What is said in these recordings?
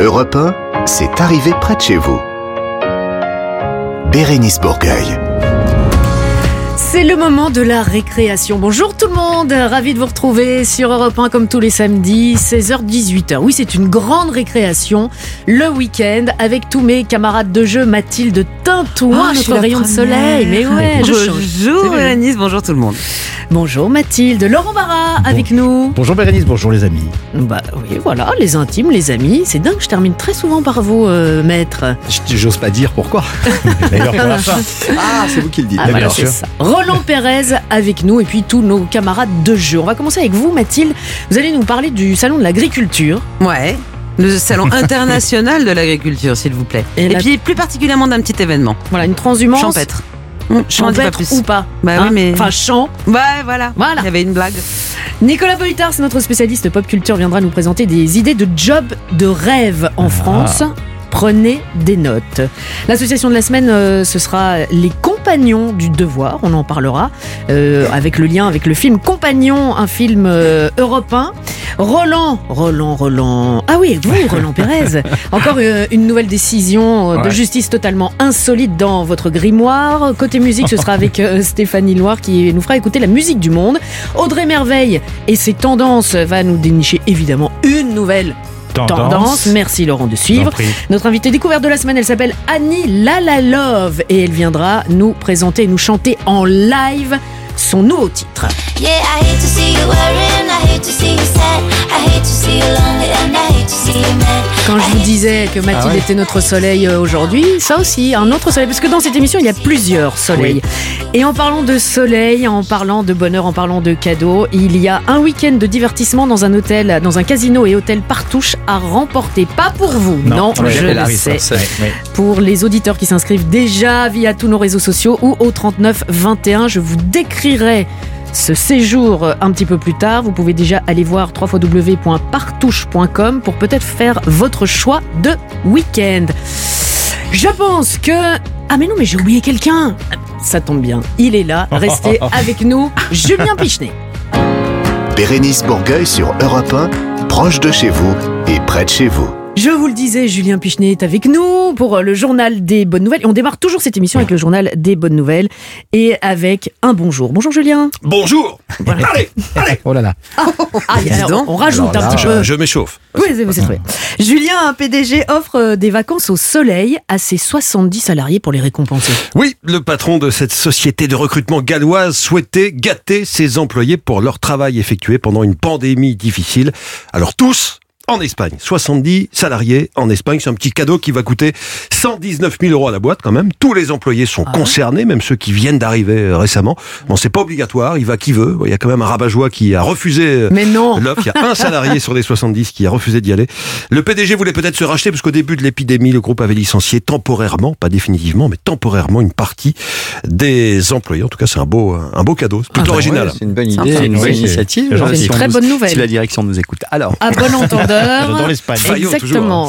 Europe 1, c'est arrivé près de chez vous. Bérénice Bourgueil. C'est le moment de la récréation. Bonjour tout le monde, ravi de vous retrouver sur Europe 1 comme tous les samedis, 16h-18h. Oui, c'est une grande récréation, le week-end, avec tous mes camarades de jeu, Mathilde Tintouin, notre rayon de soleil. Mais ouais, bonjour Bérénice, bonjour tout le monde. Bonjour Mathilde, Laurent Barra avec nous. Bonjour Bérénice, bonjour les amis. Bah oui, voilà, les intimes, les amis. C'est dingue, je termine très souvent par vous, maître. J'ose pas dire pourquoi. D'ailleurs pour la fin. Ah, c'est vous qui le dites. Ah, voilà, c'est ça. Roland Pérez avec nous et puis tous nos camarades de jeu. On va commencer avec vous Mathilde. Vous allez nous parler du salon de l'agriculture. Ouais, le salon international de l'agriculture s'il vous plaît. Et puis plus particulièrement d'un petit événement. Voilà, une transhumance. Champêtre. Champêtre ou pas bah oui, mais... Enfin, champ. Ouais, voilà. Il y avait une blague. Nicolas Boitard, c'est notre spécialiste pop culture, viendra nous présenter des idées de job de rêve en France. Prenez des notes. L'association de la semaine, ce sera les Compagnons du Devoir. On en parlera avec le lien avec le film Compagnons, un film européen. Roland. Ah oui, vous, Roland Pérez. Encore une nouvelle décision de justice totalement insolite dans votre grimoire. Côté musique, ce sera avec Stéphanie Loire qui nous fera écouter la musique du monde. Audrey Merveille et ses tendances va nous dénicher évidemment une nouvelle tendance. Merci Laurent de suivre. Notre invitée découverte de la semaine, elle s'appelle Annie Lalalove et elle viendra nous présenter et nous chanter en live son nouveau titre. Yeah, I hate to see you worrying, I hate to see you sad, I hate to see you lonely and I hate to see you mad. Quand je vous disais que Mathilde était notre soleil aujourd'hui, ça aussi, un autre soleil, parce que dans cette émission, il y a plusieurs soleils. Oui. Et en parlant de soleil, en parlant de bonheur, en parlant de cadeaux, il y a un week-end de divertissement dans un hôtel, dans un casino et hôtel Partouche à remporter. Pas pour vous, non, je le sais. Pour les auditeurs qui s'inscrivent déjà via tous nos réseaux sociaux ou au 39 21, je vous décrirai ce séjour un petit peu plus tard. Vous pouvez déjà aller voir www.partouche.com pour peut-être faire votre choix de week-end. Je pense que... Ah mais non, mais j'ai oublié quelqu'un. Ça tombe bien, il est là. Restez avec nous, Julien Pichenet. Bérénice Bourgueil sur Europe 1, proche de chez vous et près de chez vous. Je vous le disais, Julien Pichenet est avec nous pour le journal des bonnes nouvelles. Et on démarre toujours cette émission avec le journal des bonnes nouvelles et avec un bonjour. Bonjour Julien. Bonjour. Voilà. Allez. Oh là là. On rajoute un petit peu. Je m'échauffe. Oui, c'est très bien. Julien, un PDG, offre des vacances au soleil à ses 70 salariés pour les récompenser. Oui, le patron de cette société de recrutement galloise souhaitait gâter ses employés pour leur travail effectué pendant une pandémie difficile. Alors tous... en Espagne, 70 salariés en Espagne, c'est un petit cadeau qui va coûter 119 000 € à la boîte quand même. Tous les employés sont concernés, même ceux qui viennent d'arriver récemment. Bon, c'est pas obligatoire, il va qui veut. Il y a quand même un rabat-joie qui a refusé l'offre. Il y a un salarié sur les 70 qui a refusé d'y aller. Le PDG voulait peut-être se racheter parce qu'au début de l'épidémie, le groupe avait licencié temporairement, pas définitivement, mais temporairement une partie des employés. En tout cas, c'est un beau cadeau. C'est plutôt original. C'est une bonne idée, une bonne initiative. C'est une très bonne nouvelle. Si la direction nous écoute. Alors. À bon entendeur. Dans l'Espagne. Exactement.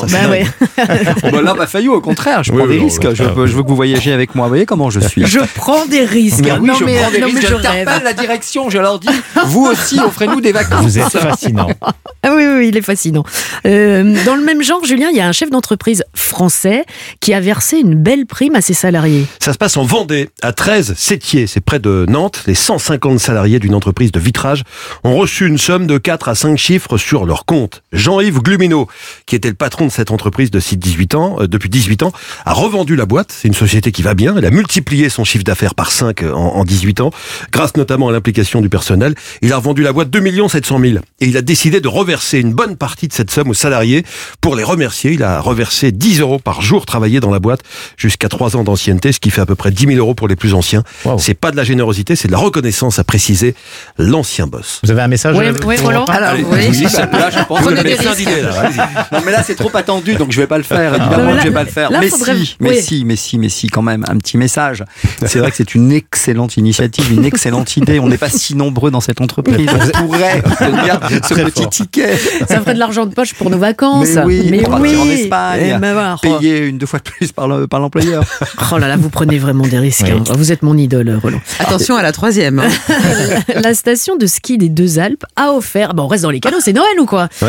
Fayot, au contraire, je prends des risques. Je veux que vous voyagiez avec moi. Vous voyez comment je suis. Je prends des risques. Je j'interpelle la direction. Je leur dis, vous aussi, offrez-nous des vacances. Vous êtes fascinant. Oui, il est fascinant. Dans le même genre, Julien, il y a un chef d'entreprise français qui a versé une belle prime à ses salariés. Ça se passe en Vendée, à 13-Sétier, c'est près de Nantes. Les 150 salariés d'une entreprise de vitrage ont reçu une somme de 4 à 5 chiffres sur leur compte. Jean-Yves Glumineau, qui était le patron de cette entreprise depuis 18 ans, a revendu la boîte. C'est une société qui va bien. Elle a multiplié son chiffre d'affaires par 5 en 18 ans, grâce notamment à l'implication du personnel. Il a revendu la boîte 2 700 000. Et il a décidé de reverser une bonne partie de cette somme aux salariés. Pour les remercier, il a reversé 10 € par jour travaillé dans la boîte, jusqu'à 3 ans d'ancienneté, ce qui fait à peu près 10 000 € pour les plus anciens. Wow. C'est pas de la générosité, c'est de la reconnaissance, a précisé l'ancien boss. Vous avez un message? Oui, Roland. Là, je pense que non, mais là, c'est trop attendu, donc je vais pas le faire. Évidemment que je vais pas le faire. Mais si, quand même, un petit message. C'est vrai que c'est une excellente initiative, une excellente idée. On n'est pas si nombreux dans cette entreprise. On pourrait obtenir ce petit ticket. Ça ferait de l'argent de poche pour nos vacances. Mais on partir en Espagne, payer 2 fois de plus par l'employeur. Oh là là, vous prenez vraiment des risques. Hein. Vous êtes mon idole, Roland. Attention à la 3e. La station de ski des Deux Alpes a offert, on reste dans les cadeaux, c'est Noël ou quoi, a offert un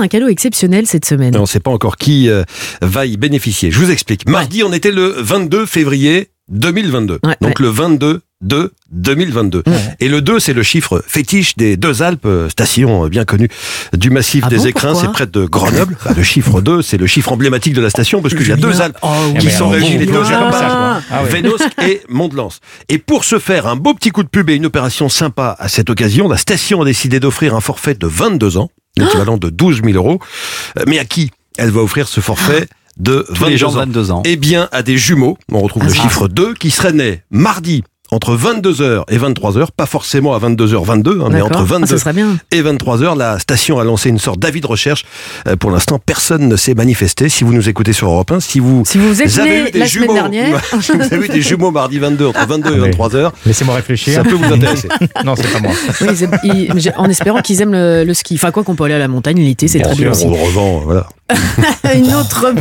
cadeau exceptionnel cette semaine. On ne sait pas encore qui va y bénéficier. Je vous explique. Mardi, on était le 22 février 2022. Donc le 22 de 2022. Et le 2, c'est le chiffre fétiche des Deux Alpes, station bien connue du massif des Écrins, c'est près de Grenoble. Le chiffre 2, c'est le chiffre emblématique de la station, parce qu'il y a deux Alpes qui sont régies, les deux Alpes, Vénosque et Mont-de-Lans. Et pour se faire un beau petit coup de pub et une opération sympa à cette occasion, la station a décidé d'offrir un forfait de 22 ans, l'équivalent de 12 000 €. Mais à qui elle va offrir ce forfait de 22 ans? Eh bien, à des jumeaux, on retrouve le chiffre 2, qui seraient nés mardi entre 22h et 23h, pas forcément à 22h22, mais entre 22 et 23h, la station a lancé une sorte d'avis de recherche. Pour l'instant, personne ne s'est manifesté. Si vous nous écoutez sur Europe 1, si vous avez eu des jumeaux, si vous avez eu des jumeaux mardi 22 entre 22 et 23h, laissez-moi réfléchir. Ça peut vous intéresser. Non, c'est pas moi. Oui, en espérant qu'ils aiment le ski. Enfin, quoi qu'on peut aller à la montagne l'été, c'est très bien aussi. On le revend, voilà. Une autre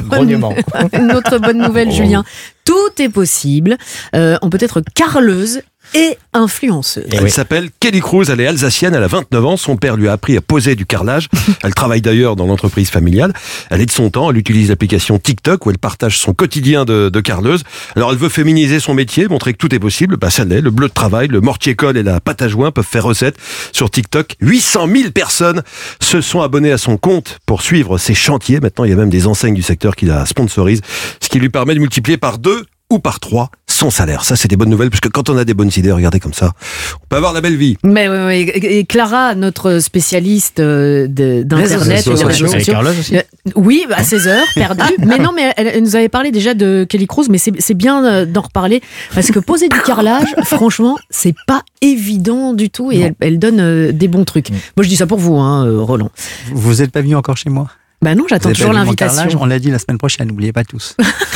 bonne nouvelle, Julien. Tout est possible. On peut être carleuse et influenceuse. Elle s'appelle Kelly Cruz, elle est alsacienne, elle a 29 ans, son père lui a appris à poser du carrelage. Elle travaille d'ailleurs dans l'entreprise familiale. Elle est de son temps, elle utilise l'application TikTok où elle partage son quotidien de carleuse. Alors elle veut féminiser son métier, montrer que tout est possible. Ça l'est, le bleu de travail, le mortier-colle et la pâte à joint peuvent faire recette. Sur TikTok, 800 000 personnes se sont abonnées à son compte pour suivre ses chantiers. Maintenant, il y a même des enseignes du secteur qui la sponsorisent, ce qui lui permet de multiplier par 2 ou par 3 son salaire. Ça, c'est des bonnes nouvelles, parce que quand on a des bonnes idées, regardez comme ça, on peut avoir la belle vie. Mais et Clara, notre spécialiste d'Internet et des réseaux sociaux, oui, à 16h, perdu. Mais non, mais elle nous avait parlé déjà de Kelly Cruz, mais c'est bien d'en reparler, parce que poser du carrelage, franchement, c'est pas évident du tout, et elle donne des bons trucs. Moi, je dis ça pour vous, Roland. Vous n'êtes pas venu encore chez moi? Bah non, j'attends toujours l'invitation. On l'a dit la semaine prochaine, n'oubliez pas tous.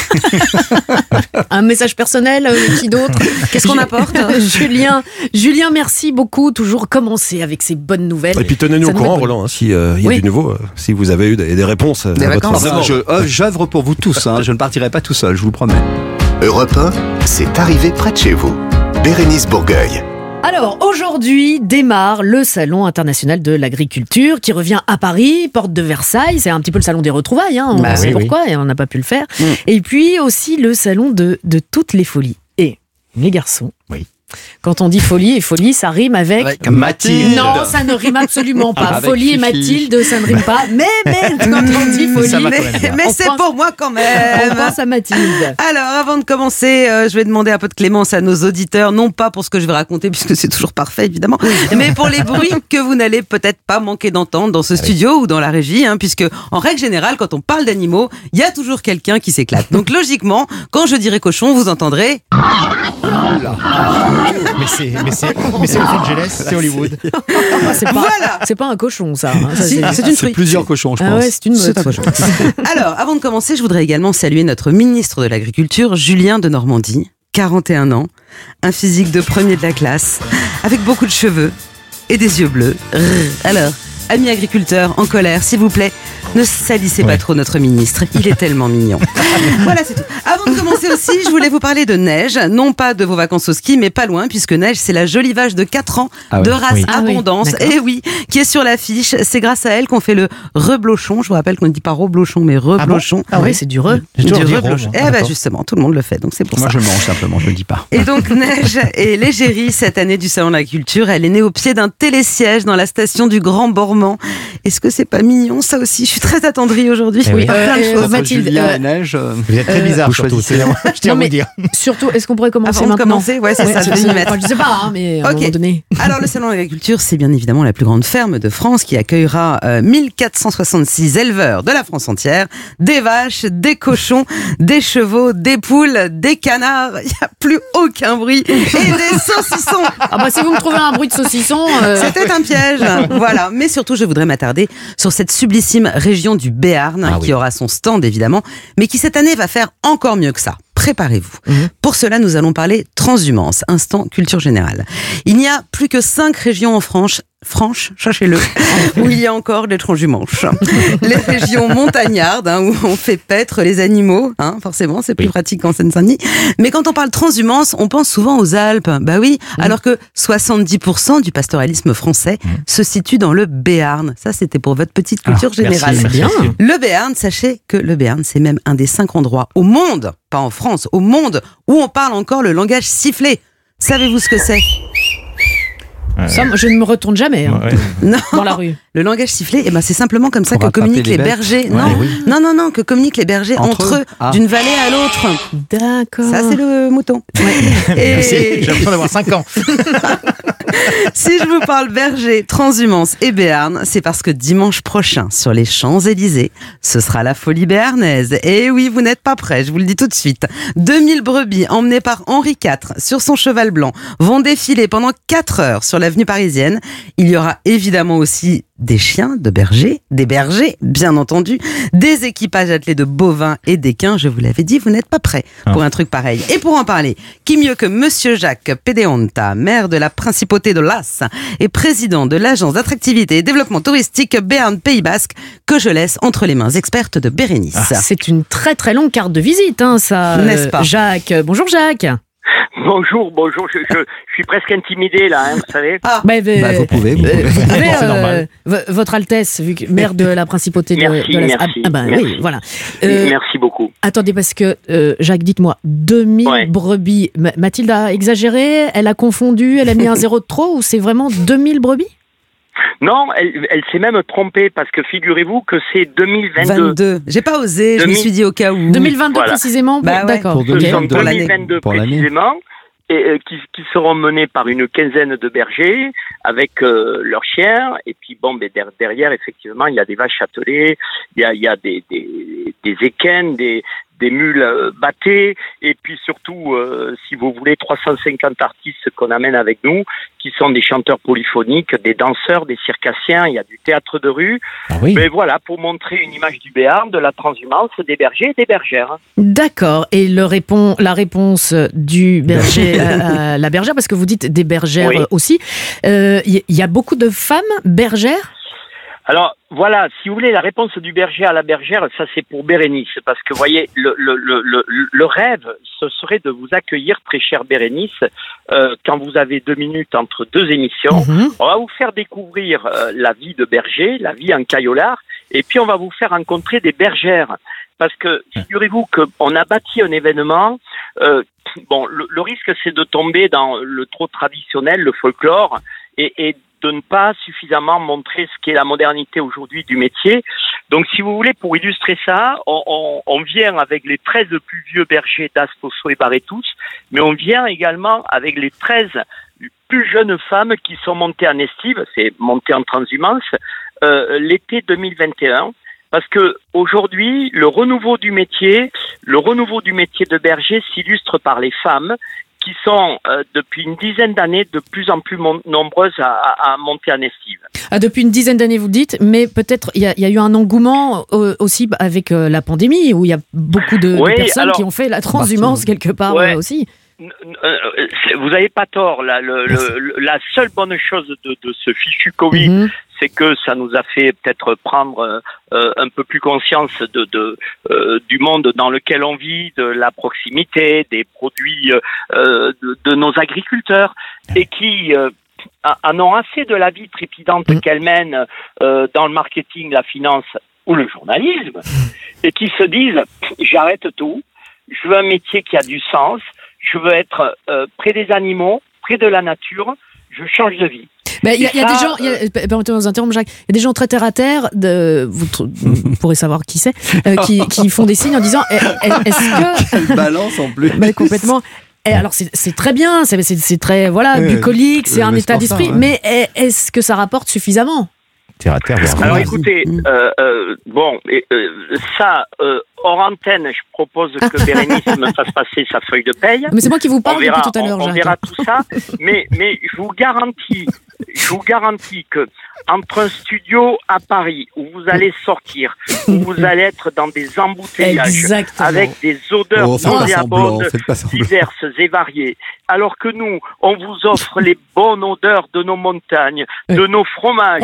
Un message personnel, qui d'autre? Qu'est-ce qu'on apporte? Julien, merci beaucoup. Toujours commencer avec ces bonnes nouvelles. Et puis tenez-nous au courant, Roland, s'il y a du nouveau, si vous avez eu des réponses à votre j'œuvre pour vous tous, je ne partirai pas tout seul, je vous le promets. Europe 1, c'est arrivé près de chez vous. Bérénice Bourgueil. Alors, aujourd'hui démarre le Salon international de l'agriculture qui revient à Paris, porte de Versailles. C'est un petit peu le salon des retrouvailles, on sait pourquoi, et on n'a pas pu le faire. Et puis aussi le salon de toutes les folies. Et les garçons, quand on dit folie, et folie, ça rime avec Mathilde. Non, ça ne rime absolument pas. Folie et Mathilde, ça ne rime pas. Mais quand on dit folie, mais c'est pour moi quand même. On pense à Mathilde. Alors, avant de commencer, je vais demander un peu de clémence à nos auditeurs, non pas pour ce que je vais raconter, puisque c'est toujours parfait évidemment, mais pour les bruits que vous n'allez peut-être pas manquer d'entendre dans ce studio ou dans la régie, puisque en règle générale, quand on parle d'animaux, il y a toujours quelqu'un qui s'éclate. Donc logiquement, quand je dirai cochon, vous entendrez. Mais c'est Los Angeles, c'est Hollywood. C'est pas un cochon, ça. C'est plusieurs cochons, je pense. Ouais, c'est une cochon. Alors, avant de commencer, je voudrais également saluer notre ministre de l'Agriculture, Julien de Normandie, 41 ans, un physique de premier de la classe, avec beaucoup de cheveux et des yeux bleus. Alors, amis agriculteurs en colère, s'il vous plaît, ne salissez pas trop notre ministre, il est tellement mignon. Voilà, c'est tout. Avant de commencer aussi, je voulais vous parler de Neige, non pas de vos vacances au ski, mais pas loin, puisque Neige, c'est la jolie vache de 4 ans de race Abondance, qui est sur l'affiche. C'est grâce à elle qu'on fait le reblochon. Je vous rappelle qu'on ne dit pas reblochon, mais reblochon. C'est du re. Du reblochon. Justement, tout le monde le fait, donc c'est pour ça. Moi, je mange simplement, je ne le dis pas. Et donc, Neige est l'égérie cette année du Salon de la Culture. Elle est née au pied d'un télésiège dans la station du Grand Bormand. Est-ce que c'est pas mignon, ça aussi? Je suis très attendrie aujourd'hui. Mathilde, Neige, vous êtes très bizarre surtout. Je tiens à vous dire. Surtout, est-ce qu'on pourrait commencer maintenant? Ouais, c'est ça. Je vais y mettre. Je sais pas, mais à un moment donné. Alors, le Salon de l'Agriculture, c'est bien évidemment la plus grande ferme de France qui accueillera 1466 éleveurs de la France entière, des vaches, des cochons, des chevaux, des poules, des canards. Il n'y a plus aucun bruit et des saucissons. Si vous me trouvez un bruit de saucisson, c'était un piège. Voilà. Mais surtout, je voudrais m'attarder sur cette sublissime région du Béarn qui aura son stand évidemment, mais qui cette année va faire encore mieux que ça. Préparez-vous. Pour cela, nous allons parler transhumance, instant culture générale. Il n'y a plus que 5 régions en France Franche, cherchez-le, où il y a encore des transhumants. Les régions montagnardes, où on fait paître les animaux, forcément, c'est plus pratique qu'en Seine-Saint-Denis. Mais quand on parle transhumance, on pense souvent aux Alpes. Bah oui, alors que 70% du pastoralisme français se situe dans le Béarn. Ça, c'était pour votre petite culture générale. Merci, bien. Le Béarn, sachez que le Béarn, c'est même un des 5 endroits au monde, pas en France, au monde, où on parle encore le langage sifflé. Savez-vous ce que c'est ? Ça, je ne me retourne jamais Non. dans la rue. Le langage sifflé, c'est simplement comme ça que communiquent les bergers. Ouais, Non, que communiquent les bergers entre eux, d'une vallée à l'autre. D'accord. Ça, c'est le mouton. J'ai l'impression d'avoir 5 ans. Si je vous parle berger, transhumance et Béarn, c'est parce que dimanche prochain, sur les Champs-Élysées, ce sera la folie béarnaise. Et oui, vous n'êtes pas prêts, je vous le dis tout de suite. 2000 brebis emmenées par Henri IV sur son cheval blanc vont défiler pendant 4 heures sur l'avenue parisienne. Il y aura évidemment aussi des chiens de berger, des bergers, bien entendu, des équipages attelés de bovins et d'équins. Je vous l'avais dit, vous n'êtes pas prêts pour un truc pareil. Et pour en parler, qui mieux que Monsieur Jacques Pedeonta, maire de la Principauté de Las et président de l'agence d'attractivité et développement touristique Béarn Pays Basque, que je laisse entre les mains expertes de Bérénice. C'est une très très longue carte de visite, ça, n'est-ce pas, Jacques. Bonjour Jacques. Bonjour, je suis presque intimidé là, vous savez. Vous pouvez. C'est normal. Votre Altesse, vu que maire de la Principauté Merci, de la... merci. Oui, voilà. Merci beaucoup. Attendez, parce que Jacques, dites-moi, 2000 brebis, Mathilde a exagéré, elle a confondu, elle a mis un zéro de trop, ou c'est vraiment 2000 brebis ? Non, elle s'est même trompée parce que figurez-vous que c'est 2022. J'ai pas osé, je me suis dit au cas où. 2022 précisément. D'accord. Pour 2022 précisément, et qui seront menés par une quinzaine de bergers avec leurs chiens. Et puis derrière, effectivement, il y a des vaches attelées, il y a des équins, des mules bâtées, et puis surtout, si vous voulez, 350 artistes qu'on amène avec nous, qui sont des chanteurs polyphoniques, des danseurs, des circassiens, il y a du théâtre de rue. Mais voilà, pour montrer une image du Béarn, de la transhumance, des bergers et des bergères. D'accord, et la réponse du berger à la bergère, parce que vous dites des bergères aussi, il y a beaucoup de femmes bergères ? Alors, voilà, si vous voulez, la réponse du berger à la bergère, ça c'est pour Bérénice, parce que vous voyez, le rêve, ce serait de vous accueillir, très chère Bérénice, quand vous avez 2 minutes entre 2 émissions. On va vous faire découvrir la vie de berger, la vie en caillolard, et puis on va vous faire rencontrer des bergères. Parce que, figurez-vous qu'on a bâti un événement, le risque c'est de tomber dans le trop traditionnel, le folklore, et de ne pas suffisamment montrer ce qu'est la modernité aujourd'hui du métier. Donc, si vous voulez, pour illustrer ça, on vient avec les 13 plus vieux bergers d'Asposo et Barretous, mais on vient également avec les 13 plus jeunes femmes qui sont montées en estive, c'est monté en transhumance, l'été 2021. Parce que aujourd'hui, le renouveau du métier de berger s'illustre par les femmes qui sont, depuis une dizaine d'années, de plus en plus nombreuses à monter en estive. Depuis une dizaine d'années, vous dites, mais peut-être il y a eu un engouement aussi avec la pandémie, où il y a beaucoup de personnes qui ont fait la transhumance quelque part aussi. Vous n'avez pas tort. La seule bonne chose de ce fichu Covid, c'est que ça nous a fait peut-être prendre un peu plus conscience du monde dans lequel on vit, de la proximité, des produits de nos agriculteurs, et qui en ont assez de la vie trépidante qu'elles mènent dans le marketing, la finance ou le journalisme, et qui se disent « j'arrête tout, je veux un métier qui a du sens, je veux être près des animaux, près de la nature, je change de vie ». Il y a des gens, permettez-moi de vous interrompre, Jacques, il y a des gens très terre à terre, vous pourrez savoir qui c'est, qui font des signes en disant est-ce que... balance en plus. Complètement. Alors c'est très bien, c'est très bucolique, c'est un état d'esprit, mais est-ce que ça rapporte suffisamment ? Terre à terre. Alors écoutez, ça, hors antenne, je propose que Bérénice me fasse passer sa feuille de paye. Mais c'est moi qui vous parle depuis tout à l'heure, Jacques. On verra tout ça, mais je vous garantis je vous garantis que entre un studio à Paris où vous allez sortir, où vous allez être dans des embouteillages, exactement, avec des odeurs nauséabondes diverses et variées, alors que nous, on vous offre les bonnes odeurs de nos montagnes, de nos fromages,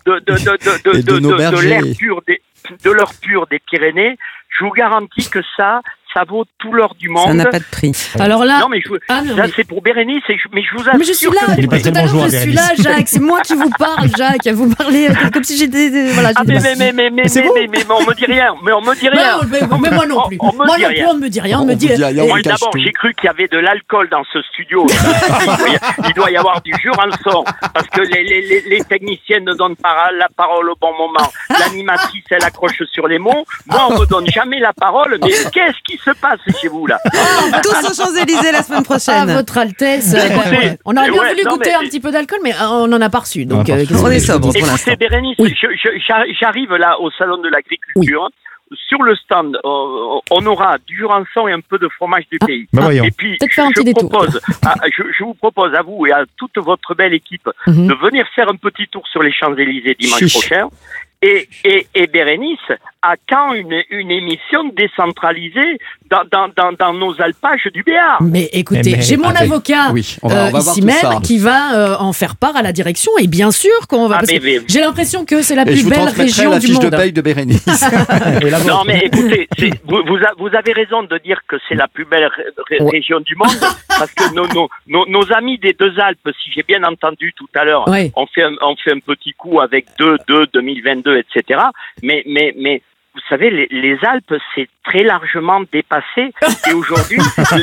de l'air pur de l'heure pure des Pyrénées, je vous garantis que ça vaut tout l'or du monde. Ça n'a pas de prix. Alors là, non mais c'est pour Bérénice, mais je vous assure. Mais je suis là, je suis là, Jacques. C'est moi qui vous parle, Jacques. Vous parlez comme si j'étais, voilà. Mais on me dit rien. Mais on me dit rien. Mais moi non plus. On me dit rien. Moi d'abord, j'ai cru qu'il y avait de l'alcool dans ce studio. Il doit y avoir du Jurançon parce que les techniciennes ne donnent pas la parole au bon moment. L'animatrice, elle accroche sur les mots. Moi, on me donne jamais la parole. Mais qu'est-ce qui se passe chez vous là? Tous aux Champs-Élysées la semaine prochaine. Votre Altesse, on aurait bien voulu goûter un petit peu d'alcool, mais on n'en a pas reçu. Donc, on est sobre pour l'instant. Écoutez, Bérénice, j'arrive là au salon de l'agriculture. Oui. Sur le stand, on aura du Jurançon et un peu de fromage du pays. Et puis, je vous propose à vous et à toute votre belle équipe de venir faire un petit tour sur les Champs-Élysées dimanche prochain. Et Bérénice a quand une émission décentralisée dans nos alpages du Béarn. Mais écoutez, j'ai mon avocat ici même qui va en faire part à la direction, et bien sûr qu'on va. J'ai l'impression que c'est la plus belle région du monde. Je vous transmettrai la fiche de paye de Bérénice. Non mais écoutez, vous avez raison de dire que c'est la plus belle région du monde, parce que nos amis des deux Alpes, si j'ai bien entendu tout à l'heure, on fait un petit coup avec 2022, etc. Mais vous savez, les Alpes, c'est très largement dépassé. Et aujourd'hui,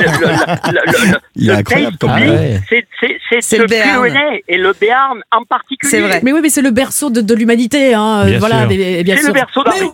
le pays public, c'est le Pyrénées et le Béarn en particulier. C'est vrai. Mais oui, mais c'est le berceau de l'humanité. Bien sûr. C'est le berceau d'Henri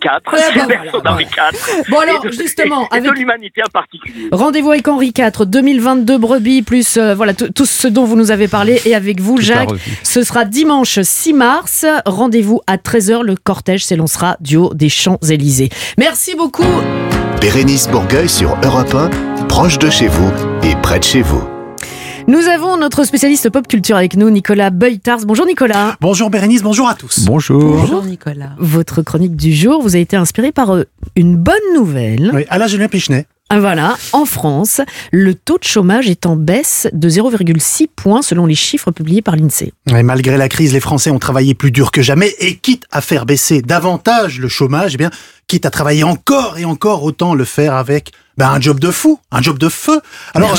IV. Bon alors, justement, avec de l'humanité en particulier. Rendez-vous avec Henri IV, 2022 brebis, plus tout ce dont vous nous avez parlé. Et avec vous, Jacques, ce sera dimanche 6 mars. Rendez-vous à 13h. Le cortège s'élancera du haut des Champs-Élysées. Merci beaucoup. Bérénice Bourgueil sur Europe 1, proche de chez vous et près de chez vous. Nous avons notre spécialiste pop culture avec nous, Nicolas Beutars. Bonjour Nicolas. Bonjour Bérénice, bonjour à tous. Bonjour Nicolas. Votre chronique du jour vous a été inspirée par une bonne nouvelle. Oui, à la Julien Pichenet. Voilà, en France, le taux de chômage est en baisse de 0,6 points selon les chiffres publiés par l'INSEE. Et malgré la crise, les Français ont travaillé plus dur que jamais et quitte à faire baisser davantage le chômage, quitte à travailler encore et encore, autant le faire avec un job de fou, un job de feu. Alors,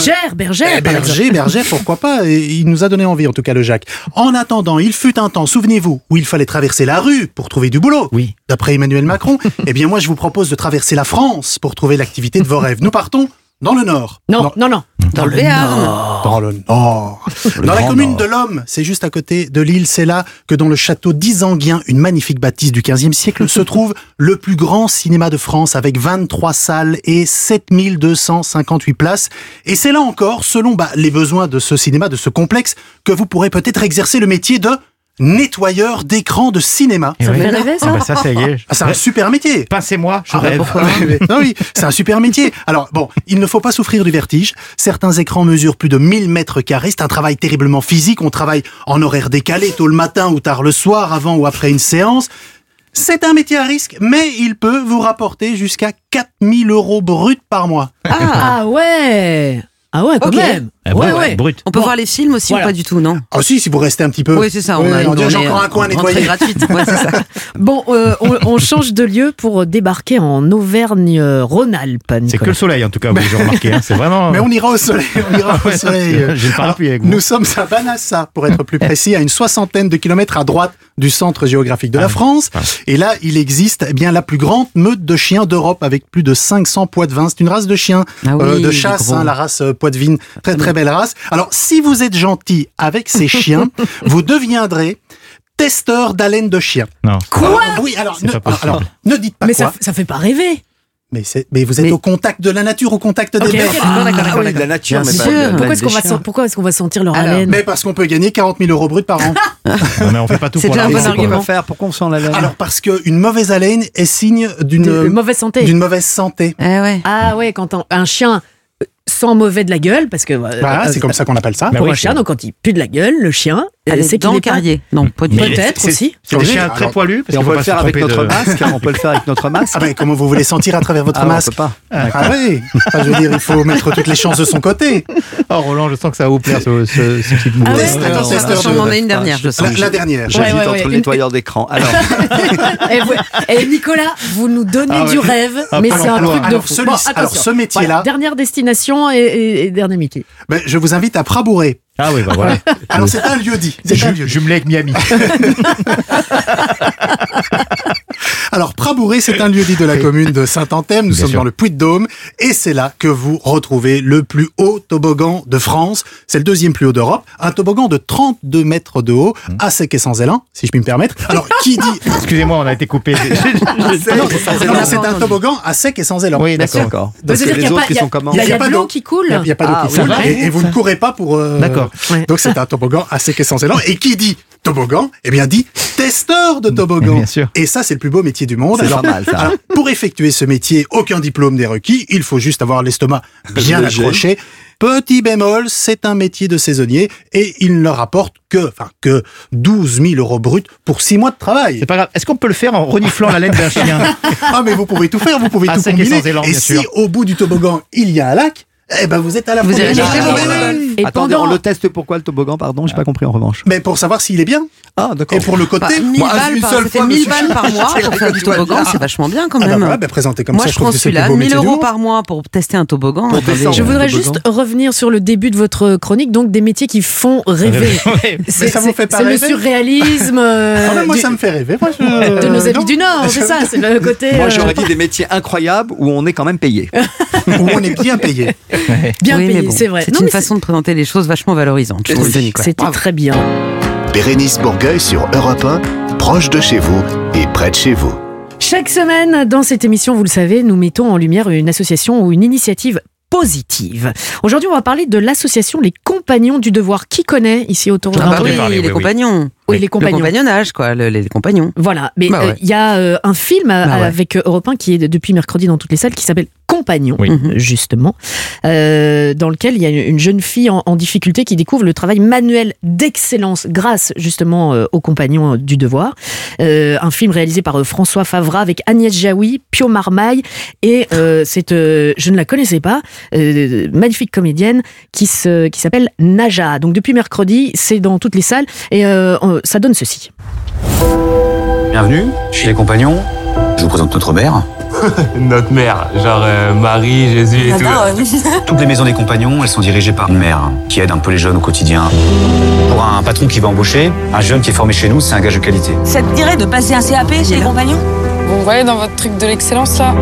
bergère, pourquoi pas. Et il nous a donné envie, en tout cas, le Jacques. En attendant, il fut un temps, souvenez-vous, où il fallait traverser la rue pour trouver du boulot. Oui. D'après Emmanuel Macron. Moi, je vous propose de traverser la France pour trouver l'activité de vos rêves. Nous partons dans le Nord. Non. Dans le Béarn. Dans le Nord. Dans la commune de l'Homme, c'est juste à côté de Lille. C'est là que dans le château d'Isanguien, une magnifique bâtisse du XVe siècle, se trouve le plus grand cinéma de France avec 23 salles et 7258 places. Et c'est là encore, selon les besoins de ce cinéma, de ce complexe, que vous pourrez peut-être exercer le métier de nettoyeur d'écran de cinéma. Ça fait rêver, ça. Ça, ça y est. C'est un super métier. Pincez-moi, je rêve. Non, oui, c'est un super métier. Alors, il ne faut pas souffrir du vertige. Certains écrans mesurent plus de 1000 mètres carrés. C'est un travail terriblement physique. On travaille en horaire décalé, tôt le matin ou tard le soir, avant ou après une séance. C'est un métier à risque, mais il peut vous rapporter jusqu'à 4000 € bruts par mois. Ah ouais. Ah ouais, quand même. Ouais. Brut. On peut voir les films aussi ou pas du tout, non? Ah si vous restez un petit peu. Oui, c'est ça. On dit, j'ai encore un coin à nettoyer. Gratuite. Ouais, c'est ça. Bon, on change de lieu pour débarquer en Auvergne-Rhône-Alpes. C'est que le soleil, en tout cas, j'ai remarqué. C'est vraiment. Mais on ira au soleil. J'ai le parapluie avec moi. Nous sommes à Banassa, pour être plus précis, à une 60aine de kilomètres à droite du centre géographique de la France. Et là, il existe la plus grande meute de chiens d'Europe avec plus de 500 poitevins. C'est une race de chiens de chasse, la race poitevine. Très très belle race. Alors, si vous êtes gentil avec ces chiens, vous deviendrez testeur d'haleine de chien. Non. Quoi? Oui, alors ne dites pas mais quoi. Ça fait pas rêver. Mais vous êtes au contact de la nature, au contact des bêtes. D'accord. De la nature, mais pas Pourquoi est-ce qu'on va sentir leur haleine? Mais parce qu'on peut gagner 40 000 € bruts par an. Non, mais on fait pas tout c'est pour un bon argument. Pourquoi on sent la laine? Alors parce qu'une mauvaise haleine est signe d'une mauvaise santé. D'une mauvaise santé. Ouais. Ah ouais, quand un chien sent mauvais de la gueule, parce que... c'est comme ça qu'on appelle ça. Pour un chien, donc quand il pue de la gueule, le chien, c'est qu'il est carrier. Non, pas du tout. Peut-être aussi. C'est des chiens très poilus. Et on peut le faire avec notre masque. On peut le faire avec notre masque. Ah ben, comment vous voulez sentir à travers votre masque? On peut pas. Ah oui. Je veux dire, il faut mettre toutes les chances de son côté. Oh Roland, je sens que ça va vous plaire ce petit mouvement. Attention, on en a une dernière, je sens. La dernière. J'hésite entre le nettoyeur d'écran. Alors. Et Nicolas, vous nous donnez du rêve, mais c'est un truc de fou. Alors, ce métier-là... Dernière destination et dernier métier. Je vous invite à Prabouret. Ah oui, voilà. Alors, c'est un lieu-dit. Jumelé avec Miami. Alors, Prabouret, c'est un lieu-dit de la commune de Saint-Anthème. Nous sommes dans le Puy-de-Dôme. Et c'est là que vous retrouvez le plus haut toboggan de France. C'est le deuxième plus haut d'Europe. Un toboggan de 32 mètres de haut, à sec et sans élan, si je puis me permettre. Alors, qui dit... Excusez-moi, on a été coupé. C'est un toboggan à sec et sans élan. Oui, d'accord. Parce que les autres qui sont comment? Il n'y a pas d'eau qui coule. Il n'y a pas d'eau qui coule. Et vous ne courez pas pour... D'accord. Donc c'est un toboggan à sec et sans élan. Et qui dit toboggan, dit testeur de toboggan. Bien sûr. Et ça, c'est le plus beau métier du monde. C'est pas mal, ça. Alors, pour effectuer ce métier, aucun diplôme n'est requis. Il faut juste avoir l'estomac bien accroché. Petit bémol, c'est un métier de saisonnier et il ne rapporte que 12 000 € bruts pour 6 mois de travail. C'est pas grave. Est-ce qu'on peut le faire en reniflant la laine d'un chien? Ah, mais vous pouvez tout faire, vous pouvez tout combiner. Et si au bout du toboggan, il y a un lac, vous êtes à la Vous fois. allez chercher vos Attendez, on le teste pourquoi le toboggan, pardon? J'ai pas compris en revanche. Mais pour savoir s'il est bien. Ah, d'accord. Et pour le côté. 1000 balles par mois pour faire du toboggan, c'est vachement bien quand même. Présenter comme Moi, ça, je prends celui-là, 1000 € par mois pour tester un toboggan. Je voudrais juste revenir sur le début de votre chronique, donc des métiers qui font rêver. Mais ça vous fait pas rêver? C'est le surréalisme. Moi, ça me fait rêver. De nos amis du Nord, c'est ça, c'est le côté. Moi, j'aurais dit des métiers incroyables où on est quand même payé. Où on est bien payé. Bien payé, c'est vrai. C'est une façon de présenter les choses vachement valorisante. C'était très bien. Bérénice Bourgueil sur Europe 1, proche de chez vous et près de chez vous. Chaque semaine, dans cette émission, vous le savez, nous mettons en lumière une association ou une initiative positive. Aujourd'hui, on va parler de l'association Les Compagnons du Devoir. Qui connaît ici autour de la table? Les compagnons. Oui, les compagnons. Le compagnonnage, quoi, les compagnons. Voilà, mais il y a un film avec Europe 1 qui est depuis mercredi dans toutes les salles qui s'appelle Compagnons, justement, dans lequel il y a une jeune fille en difficulté qui découvre le travail manuel d'excellence grâce justement aux Compagnons du Devoir. Un film réalisé par François Favra avec Agnès Jaoui, Pio Marmaille et je ne la connaissais pas, magnifique comédienne qui s'appelle Naja. Donc depuis mercredi, c'est dans toutes les salles et ça donne ceci. Bienvenue chez les Compagnons. Je vous présente notre mère. Notre mère, genre Marie, Jésus et tout. Toutes les maisons des Compagnons, elles sont dirigées par une mère qui aide un peu les jeunes au quotidien. Pour un patron qui va embaucher, un jeune qui est formé chez nous, c'est un gage de qualité. Ça te dirait de passer un CAP chez les Compagnons? Vous voyez dans votre truc de l'excellence là?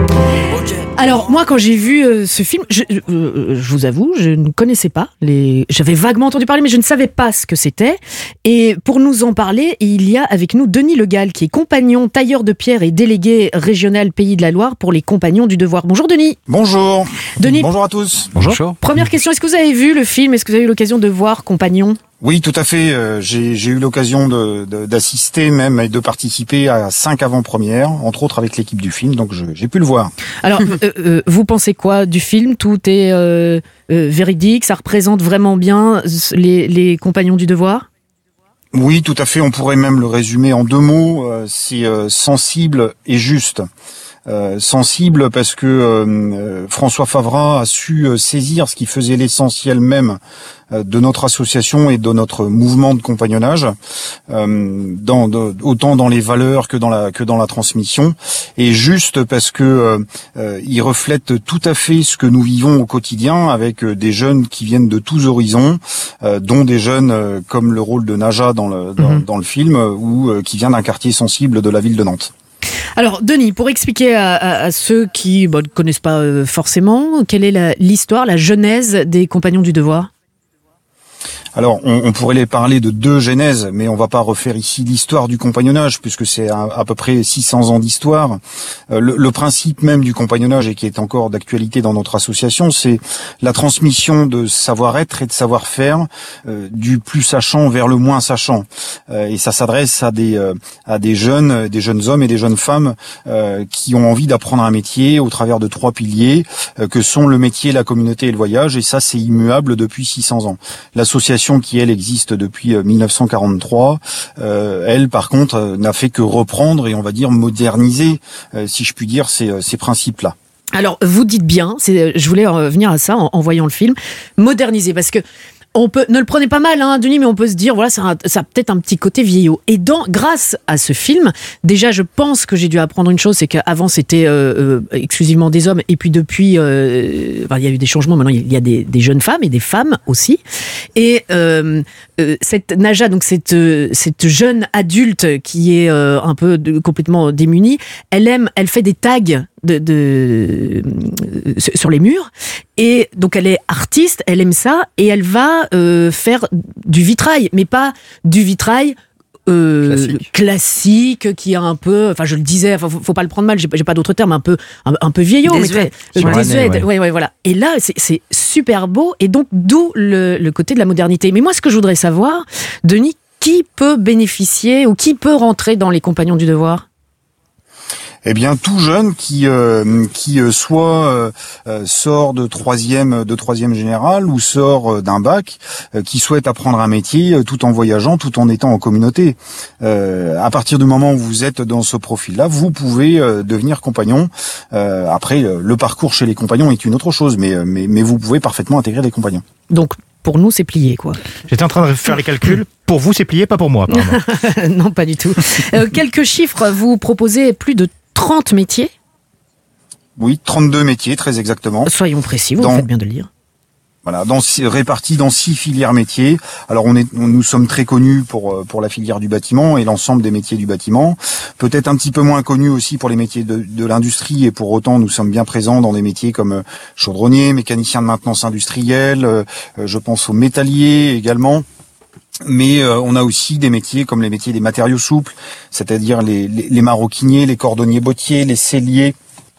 Alors moi quand j'ai vu ce film, je vous avoue, je ne connaissais pas j'avais vaguement entendu parler mais je ne savais pas ce que c'était. Et pour nous en parler, il y a avec nous Denis Le Gall qui est compagnon, tailleur de pierre et délégué régional Pays de la Loire pour les Compagnons du Devoir. Bonjour Denis. Bonjour. Denis. Bonjour à tous. Bonjour. Première question, est-ce que vous avez vu le film? Est-ce que vous avez eu l'occasion de voir Compagnons? Oui, tout à fait. J'ai eu l'occasion d'assister même et de participer à 5 avant-premières, entre autres avec l'équipe du film, donc j'ai pu le voir. Alors, vous pensez quoi du film? Tout est véridique? Ça représente vraiment bien les Compagnons du Devoir? Oui, tout à fait. On pourrait même le résumer en 2 mots. C'est sensible et juste. Sensible parce que François Favra a su saisir ce qui faisait l'essentiel même de notre association et de notre mouvement de compagnonnage, autant dans les valeurs que dans la transmission, et juste parce que il reflète tout à fait ce que nous vivons au quotidien avec des jeunes qui viennent de tous horizons, dont des jeunes comme le rôle de Naja dans le film, ou qui vient d'un quartier sensible de la ville de Nantes. Alors, Denis, pour expliquer à ceux qui ne connaissent pas forcément, quelle est l'histoire, la genèse des Compagnons du Devoir? Alors, on pourrait les parler de deux genèses, mais on va pas refaire ici l'histoire du compagnonnage, puisque c'est à peu près 600 ans d'histoire. Le principe même du compagnonnage, et qui est encore d'actualité dans notre association, c'est la transmission de savoir-être et de savoir-faire du plus sachant vers le moins sachant. Et ça s'adresse à des jeunes hommes et des jeunes femmes qui ont envie d'apprendre un métier au travers de 3 piliers que sont le métier, la communauté et le voyage. Et ça, c'est immuable depuis 600 ans. L'association qui, elle, existe depuis 1943, elle, par contre, n'a fait que reprendre et on va dire moderniser, si je puis dire, ces principes-là. Alors, vous dites bien, je voulais revenir à ça en voyant le film, moderniser, parce que ne le prenez pas mal, hein, Denis, mais on peut se dire, voilà, ça a peut-être un petit côté vieillot. Et grâce à ce film, déjà, je pense que j'ai dû apprendre une chose, c'est qu'avant, c'était exclusivement des hommes, et puis depuis, il y a eu des changements, maintenant, il y a des jeunes femmes, et des femmes aussi. Et cette Naja, donc cette jeune adulte qui est un peu complètement démunie, elle fait des tags sur les murs, et donc elle est artiste, elle aime ça, et elle va faire du vitrail, mais pas du vitrail classique qui a un peu, enfin je le disais, faut pas le prendre mal, j'ai pas d'autres termes, un peu vieillot, désuet. Ouais, voilà. Et là c'est super beau, et donc d'où le côté de la modernité. Mais moi, ce que je voudrais savoir, Denis, qui peut bénéficier ou qui peut rentrer dans les Compagnons du Devoir ? Eh bien, tout jeune qui soit sort de troisième générale ou sort d'un bac, qui souhaite apprendre un métier tout en voyageant, tout en étant en communauté. À partir du moment où vous êtes dans ce profil-là, vous pouvez devenir compagnon. Après, le parcours chez les compagnons est une autre chose, mais vous pouvez parfaitement intégrer des compagnons. Donc, pour nous, c'est plié, quoi. J'étais en train de faire les calculs. Pour vous, c'est plié, pas pour moi, apparemment. Non, pas du tout. Quelques chiffres. Vous proposez plus de 30 métiers ? Oui, 32 métiers, très exactement. Soyons précis, vous faites bien de le dire. Voilà, répartis dans 6 filières métiers. Alors nous sommes très connus pour la filière du bâtiment et l'ensemble des métiers du bâtiment. Peut-être un petit peu moins connus aussi pour les métiers de l'industrie, et pour autant nous sommes bien présents dans des métiers comme chaudronnier, mécanicien de maintenance industrielle, je pense aux métalliers également. Mais on a aussi des métiers comme les métiers des matériaux souples, c'est-à-dire les maroquiniers, les cordonniers bottiers, les selliers.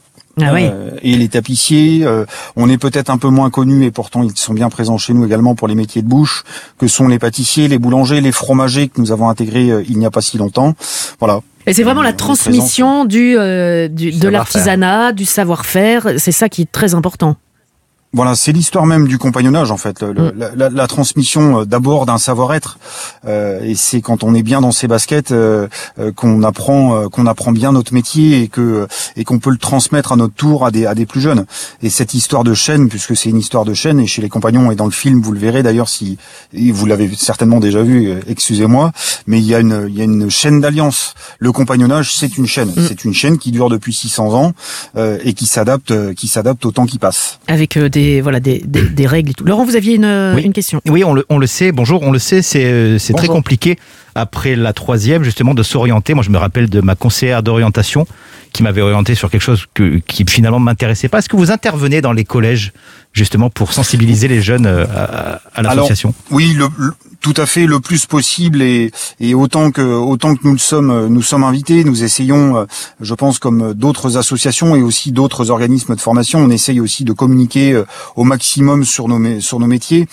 Et les tapissiers. On est peut-être un peu moins connus, et pourtant ils sont bien présents chez nous également pour les métiers de bouche, que sont les pâtissiers, les boulangers, les fromagers que nous avons intégrés il n'y a pas si longtemps. Voilà. Et c'est vraiment la transmission de l'artisanat, du savoir-faire, c'est ça qui est très important. Voilà, c'est l'histoire même du compagnonnage en fait, la transmission d'abord d'un savoir-être, et c'est quand on est bien dans ses baskets qu'on apprend bien notre métier, et qu'on peut le transmettre à notre tour à des plus jeunes. Et cette histoire de chaîne, puisque c'est une histoire de chaîne, et chez les compagnons et dans le film vous le verrez d'ailleurs, si vous l'avez certainement déjà vu, excusez-moi, mais il y a une chaîne d'alliance. Le compagnonnage, c'est une chaîne, c'est une chaîne qui dure depuis 600 ans et qui s'adapte au temps qui passe. Avec des règles et tout. Laurent, vous aviez une question. Oui, on le sait. Bonjour, on le sait. C'est très compliqué après la 3e justement de s'orienter. Moi, je me rappelle de ma conseillère d'orientation qui m'avait orienté sur quelque chose qui finalement ne m'intéressait pas. Est-ce que vous intervenez dans les collèges justement pour sensibiliser les jeunes à l'association ? Alors, oui, tout à fait, le plus possible, et autant que nous sommes invités, nous essayons, je pense, comme d'autres associations et aussi d'autres organismes de formation, on essaye aussi de communiquer au maximum sur nos métiers,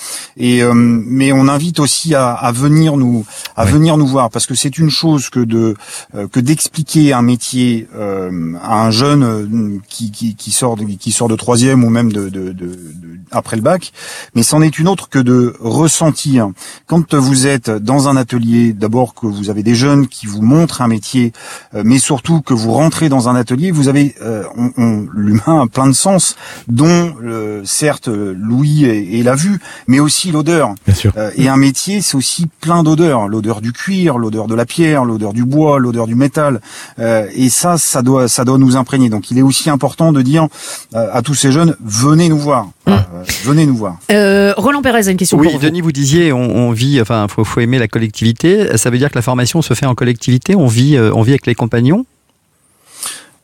mais on invite aussi à venir nous voir, parce que c'est une chose que d'expliquer un métier à un jeune qui sort de 3e ou même de après le bac, mais c'en est une autre que de ressentir. Quand vous êtes dans un atelier, d'abord que vous avez des jeunes qui vous montrent un métier, mais surtout que vous rentrez dans un atelier, vous avez l'humain a plein de sens, dont certes l'ouïe et la vue, mais aussi l'odeur. Bien sûr. Et un métier, c'est aussi plein d'odeurs, l'odeur du cuir, l'odeur de la pierre, l'odeur du bois, l'odeur du métal, et ça doit nous imprégner. Donc il est aussi important de dire à tous ces jeunes, venez nous voir. Venez nous voir. Roland Pérez a une question pour vous. Oui, Denis, vous disiez, on vit, enfin, faut aimer la collectivité. Ça veut dire que la formation se fait en collectivité. On vit avec les compagnons.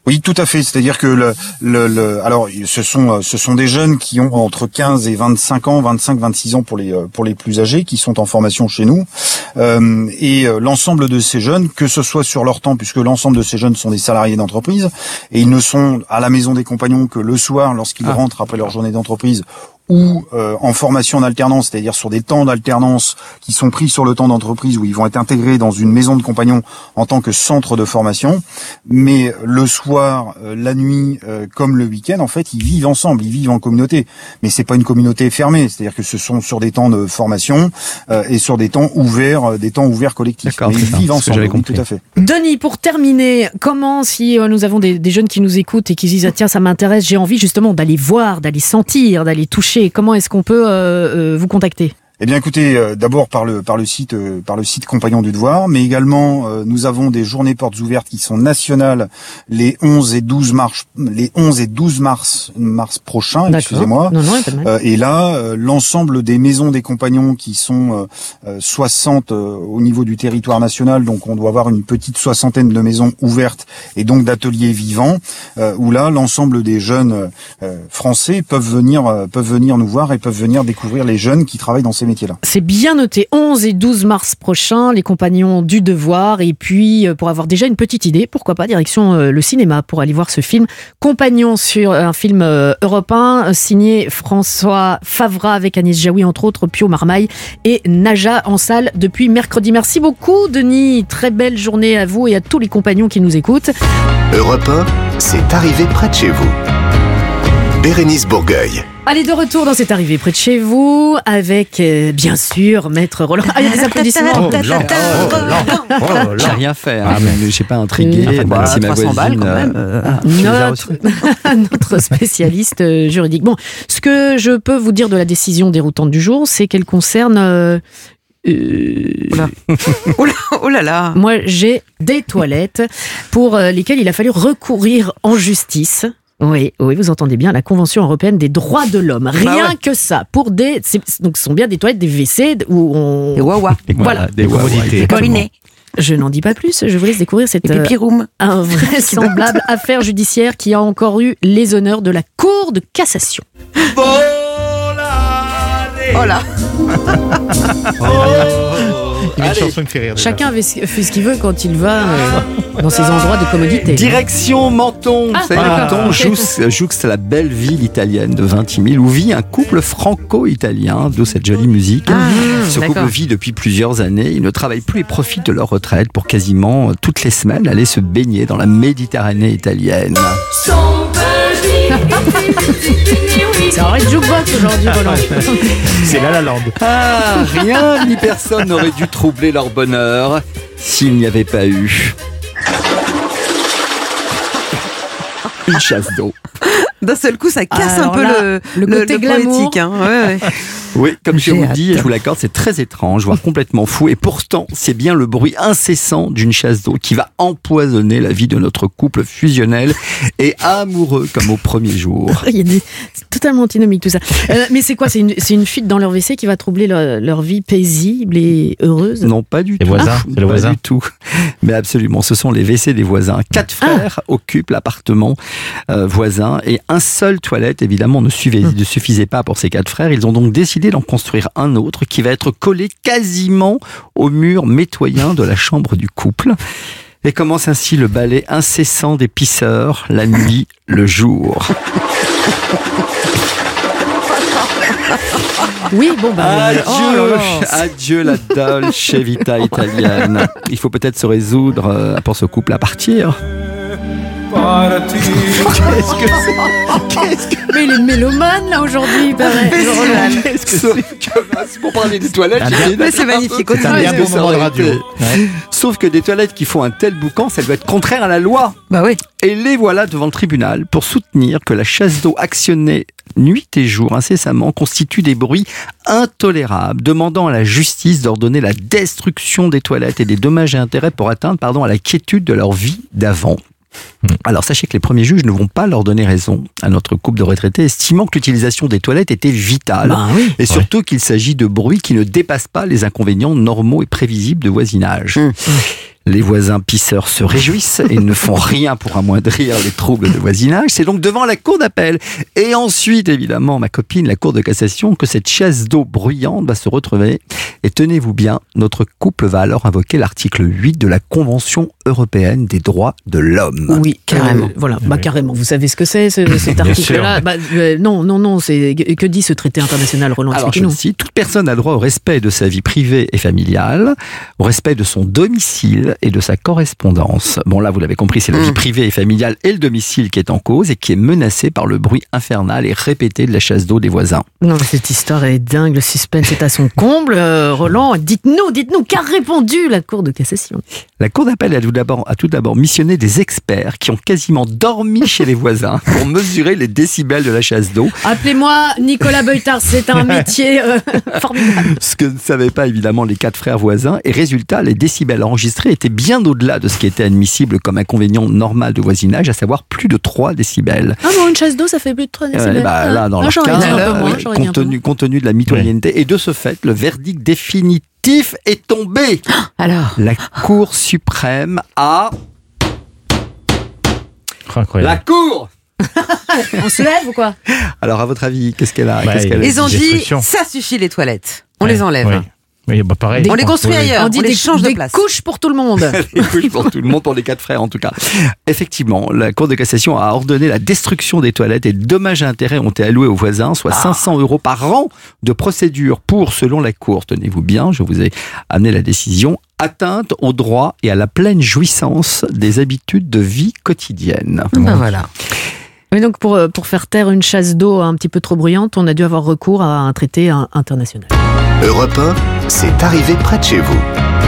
Oui, tout à fait. C'est-à-dire que alors ce sont des jeunes qui ont entre 15 et 25 ans, 25-26 ans pour les plus âgés, qui sont en formation chez nous. Et l'ensemble de ces jeunes, que ce soit sur leur temps, puisque l'ensemble de ces jeunes sont des salariés d'entreprise, et ils ne sont à la maison des compagnons que le soir lorsqu'ils rentrent après leur journée d'entreprise, ou en formation en alternance, c'est-à-dire sur des temps d'alternance qui sont pris sur le temps d'entreprise, où ils vont être intégrés dans une maison de compagnons en tant que centre de formation. Mais le soir, la nuit, comme le week-end, en fait, ils vivent ensemble, ils vivent en communauté. Mais c'est pas une communauté fermée, c'est-à-dire que ce sont sur des temps de formation et sur des temps ouverts collectifs. D'accord, mais ils vivent ensemble, oui, tout à fait. Denis, pour terminer, comment, si nous avons des jeunes qui nous écoutent et qui se disent tiens, ça m'intéresse, j'ai envie justement d'aller voir, d'aller sentir, d'aller toucher, comment est-ce qu'on peut vous contacter ? Eh bien, écoutez, d'abord par le site Compagnons du Devoir, mais également nous avons des journées portes ouvertes qui sont nationales les 11 et 12 mars prochains, excusez-moi. Non, pas de mal. Et là, l'ensemble des maisons des compagnons qui sont 60 au niveau du territoire national, donc on doit avoir une petite soixantaine de maisons ouvertes et donc d'ateliers vivants, où là, l'ensemble des jeunes français peuvent venir nous voir et peuvent venir découvrir les jeunes qui travaillent dans ces métiers-là. C'est bien noté, 11 et 12 mars prochains, les Compagnons du Devoir. Et puis, pour avoir déjà une petite idée, pourquoi pas, direction le cinéma pour aller voir ce film Compagnons, sur un film européen signé François Favra avec Agnès Jaoui, entre autres, Pio Marmaille et Naja, en salle depuis mercredi. Merci beaucoup, Denis. Très belle journée à vous et à tous les compagnons qui nous écoutent. Europe 1, c'est arrivé près de chez vous. Bérénice Bourgueil. Allez, de retour dans cette arrivée près de chez vous, avec, bien sûr, Maître Roland. Ah, il y a des applaudissements. J'ai rien fait, je sais pas intrigué. Si ma voisine, notre spécialiste juridique. Bon, ce que je peux vous dire de la décision déroutante du jour, c'est qu'elle concerne... Oh là là. Moi, j'ai des toilettes pour lesquelles il a fallu recourir en justice. Oui, vous entendez bien, la Convention européenne des droits de l'homme. Rien que ça. Donc, ce sont bien des toilettes, des WC où on... Des wawa. Voilà. Des commodités. Je n'en dis pas plus, je vous laisse découvrir cette invraisemblable affaire judiciaire qui a encore eu les honneurs de la Cour de cassation. Oh là. Il y a une chanson qui me fait rire. Chacun fait ce qu'il veut quand il va dans ses endroits de commodité. Direction Menton. Menton jouxte la belle ville italienne de Vintimille où vit un couple franco-italien, d'où cette jolie musique. Ce couple vit depuis plusieurs années. Ils ne travaillent plus et profitent de leur retraite pour quasiment toutes les semaines aller se baigner dans la Méditerranée italienne. C'est un vrai jukebox aujourd'hui, Roland. C'est La Land. Rien ni personne n'aurait dû troubler leur bonheur s'il n'y avait pas eu une chasse d'eau. D'un seul coup, ça casse un peu le côté glamour. poétique. Hein. Ouais. Oui, comme je vous dis, et je vous l'accorde, c'est très étrange, voire complètement fou. Et pourtant, c'est bien le bruit incessant d'une chasse d'eau qui va empoisonner la vie de notre couple fusionnel et amoureux comme au premier jour. C'est totalement antinomique tout ça. Mais c'est quoi ? C'est une fuite dans leur WC qui va troubler leur vie paisible et heureuse ? Non, pas du tout. Les voisins, c'est le voisin. Pas du tout. Mais absolument, ce sont les WC des voisins. 4 frères occupent l'appartement voisin et un seul toilette, évidemment, ne suffisait pas pour ces 4 frères. Ils ont donc décidé d'en construire un autre qui va être collé quasiment au mur métoyen de la chambre du couple. Et commence ainsi le balai incessant des pisseurs, la nuit, le jour. Oui, bon Adieu la dolce vita italienne. Il faut peut-être se résoudre pour ce couple à partir. Mais il est mélomane là aujourd'hui, pareil. Pour parler des toilettes, c'est magnifique. C'est un bien bon moment de radio. Sauf que des toilettes qui font un tel boucan, ça doit être contraire à la loi. Bah oui. Et les voilà devant le tribunal pour soutenir que la chasse d'eau actionnée nuit et jour incessamment constitue des bruits intolérables, demandant à la justice d'ordonner la destruction des toilettes et des dommages et intérêts pour atteindre à la quiétude de leur vie d'avant. Alors sachez que les premiers juges ne vont pas leur donner raison à notre couple de retraités, estimant que l'utilisation des toilettes était vitale et surtout qu'il s'agit de bruits qui ne dépassent pas les inconvénients normaux et prévisibles de voisinage. Les voisins pisseurs se réjouissent et ne font rien pour amoindrir les troubles de voisinage. C'est donc devant la cour d'appel et ensuite, évidemment, ma copine, la cour de cassation, que cette chasse d'eau bruyante va se retrouver. Et tenez-vous bien, notre couple va alors invoquer l'article 8 de la Convention européenne des droits de l'homme. Oui, carrément. Voilà, carrément. Vous savez ce que c'est, cet article-là? Non, c'est que dit ce traité international, Roland? Alors, je cite, toute personne a droit au respect de sa vie privée et familiale, au respect de son domicile et de sa correspondance. Bon, là, vous l'avez compris, c'est la vie privée et familiale et le domicile qui est en cause et qui est menacé par le bruit infernal et répété de la chasse d'eau des voisins. Non, mais cette histoire est dingue, le suspense est à son comble. Roland, dites-nous, qu'a répondu la Cour de cassation? La Cour d'appel a tout d'abord missionné des experts qui ont quasiment dormi chez les voisins pour mesurer les décibels de la chasse d'eau. Appelez-moi Nicolas Beutard, c'est un métier formidable. Ce que ne savaient pas évidemment les 4 frères voisins. Et résultat, les décibels enregistrés étaient bien au-delà de ce qui était admissible comme inconvénient normal de voisinage, à savoir plus de 3 décibels. Ah bon, une chasse d'eau, ça fait plus de 3 décibels. Là, dans leur cas, compte tenu de la mitoyenneté. Et de ce fait, le verdict définitif est tombé. Alors, la Cour suprême a... Incroyable. La Cour on se lève ou quoi? Alors, à votre avis, qu'est-ce qu'elle a? Ils ont dit, ça suffit les toilettes. On les enlève. Oui. Oui, pareil. On les construit ailleurs, on les change de place. Des couches pour tout le monde. Des couches pour tout le monde, pour les 4 frères en tout cas. Effectivement, la Cour de cassation a ordonné la destruction des toilettes et dommages et intérêts ont été alloués aux voisins, soit 500 € par an de procédure pour, selon la Cour, tenez-vous bien, je vous ai amené la décision, atteinte au droit et à la pleine jouissance des habitudes de vie quotidienne. Voilà. Mais donc pour faire taire une chasse d'eau un petit peu trop bruyante, on a dû avoir recours à un traité international. Europe 1, c'est arrivé près de chez vous.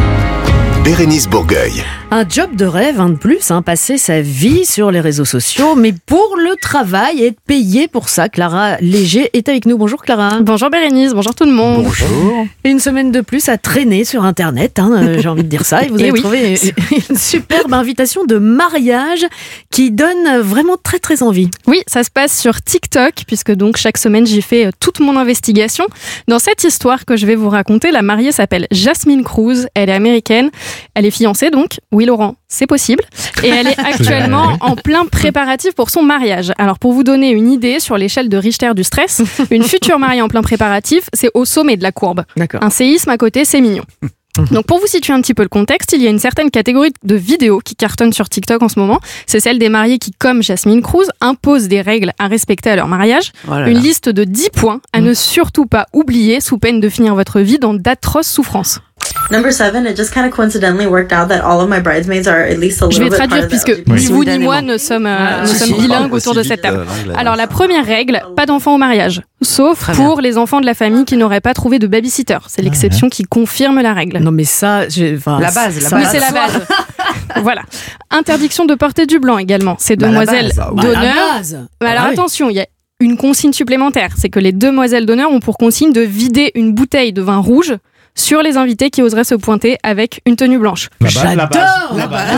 Bérénice Bourgueil. Un job de rêve, un de plus, passer sa vie sur les réseaux sociaux, mais pour le travail et être payé pour ça. Clara Léger est avec nous. Bonjour Clara. Bonjour Bérénice, bonjour tout le monde. Bonjour. Une semaine de plus à traîner sur Internet, j'ai envie de dire ça. Et vous avez trouvé une superbe invitation de mariage qui donne vraiment très très envie. Oui, ça se passe sur TikTok, puisque donc chaque semaine j'y fais toute mon investigation. Dans cette histoire que je vais vous raconter, la mariée s'appelle Jasmine Cruz, elle est américaine, elle est fiancée donc. Oui Laurent, c'est possible. Et elle est actuellement en plein préparatif pour son mariage. Alors pour vous donner une idée sur l'échelle de Richter du stress, une future mariée en plein préparatif, c'est au sommet de la courbe. D'accord. Un séisme à côté, c'est mignon. Donc pour vous situer un petit peu le contexte, il y a une certaine catégorie de vidéos qui cartonnent sur TikTok en ce moment. C'est celle des mariés qui, comme Jasmine Cruz, imposent des règles à respecter à leur mariage. Une liste de 10 points à ne surtout pas oublier sous peine de finir votre vie dans d'atroces souffrances. Number 7, it just kind of coincidentally worked out that all of my bridesmaids are at least a little bit part of the... Je vais traduire puisque ni vous ni moi ne sommes bilingues autour de cette table. Alors la première règle, pas d'enfants au mariage. Sauf pour les enfants de la famille qui n'auraient pas trouvé de babysitter. C'est l'exception qui confirme la règle. Non mais ça... La base. Oui, c'est la base. Voilà. Interdiction de porter du blanc également. Ces demoiselles d'honneur... Alors attention, il y a une consigne supplémentaire. C'est que les demoiselles d'honneur ont pour consigne de vider une bouteille de vin rouge sur les invités qui oseraient se pointer avec une tenue blanche. J'adore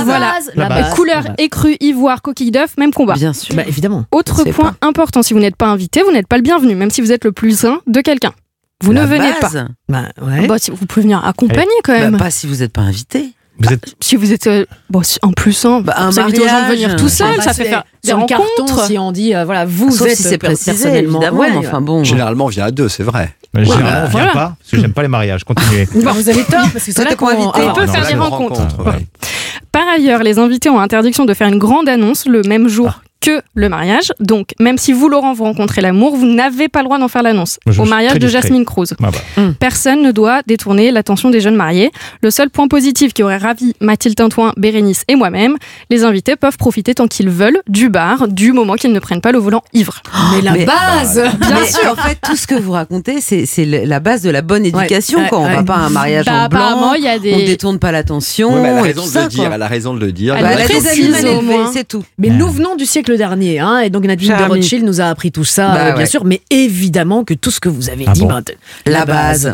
la base. Couleur écrue, ivoire, coquille d'œuf, même combat. Bien sûr, évidemment. Autre point important, si vous n'êtes pas invité, vous n'êtes pas le bienvenu, même si vous êtes le plus un de quelqu'un. Vous ne venez pas. Vous pouvez venir accompagner quand même. Pas si vous n'êtes pas invité. Si vous êtes en plus vous invitez aux gens de venir tout seul, ça fait faire des rencontres. Si on dit vous sauf êtes si c'est précisé, personnellement, évidemment. Généralement, on vient à 2, c'est vrai. Généralement, on vient pas parce que j'aime pas les mariages. Continuez. Vous avez tort parce que c'est là qu'on peut faire des rencontres. Par ailleurs, les invités ont interdiction de faire une grande annonce le même jour que le mariage. Donc, même si vous, Laurent, vous rencontrez l'amour, vous n'avez pas le droit d'en faire l'annonce au mariage de Jasmine Cruz. Personne ne doit détourner l'attention des jeunes mariés. Le seul point positif qui aurait ravi Mathilde Tintoin, Bérénice et moi-même, les invités peuvent profiter tant qu'ils veulent du bar, du moment qu'ils ne prennent pas le volant ivre. Mais la base Bien sûr. En fait, tout ce que vous racontez, c'est la base de la bonne éducation. Quand on va pas à un mariage en blanc, on ne détourne pas l'attention. Elle a raison de le dire. Elle a raison de le dire. Elle a des amis mal élevés, c'est tout. Mais nous venons du siècle dernier, et donc Nadine de Rothschild nous a appris tout ça, bien sûr, mais évidemment que tout ce que vous avez dit, la base.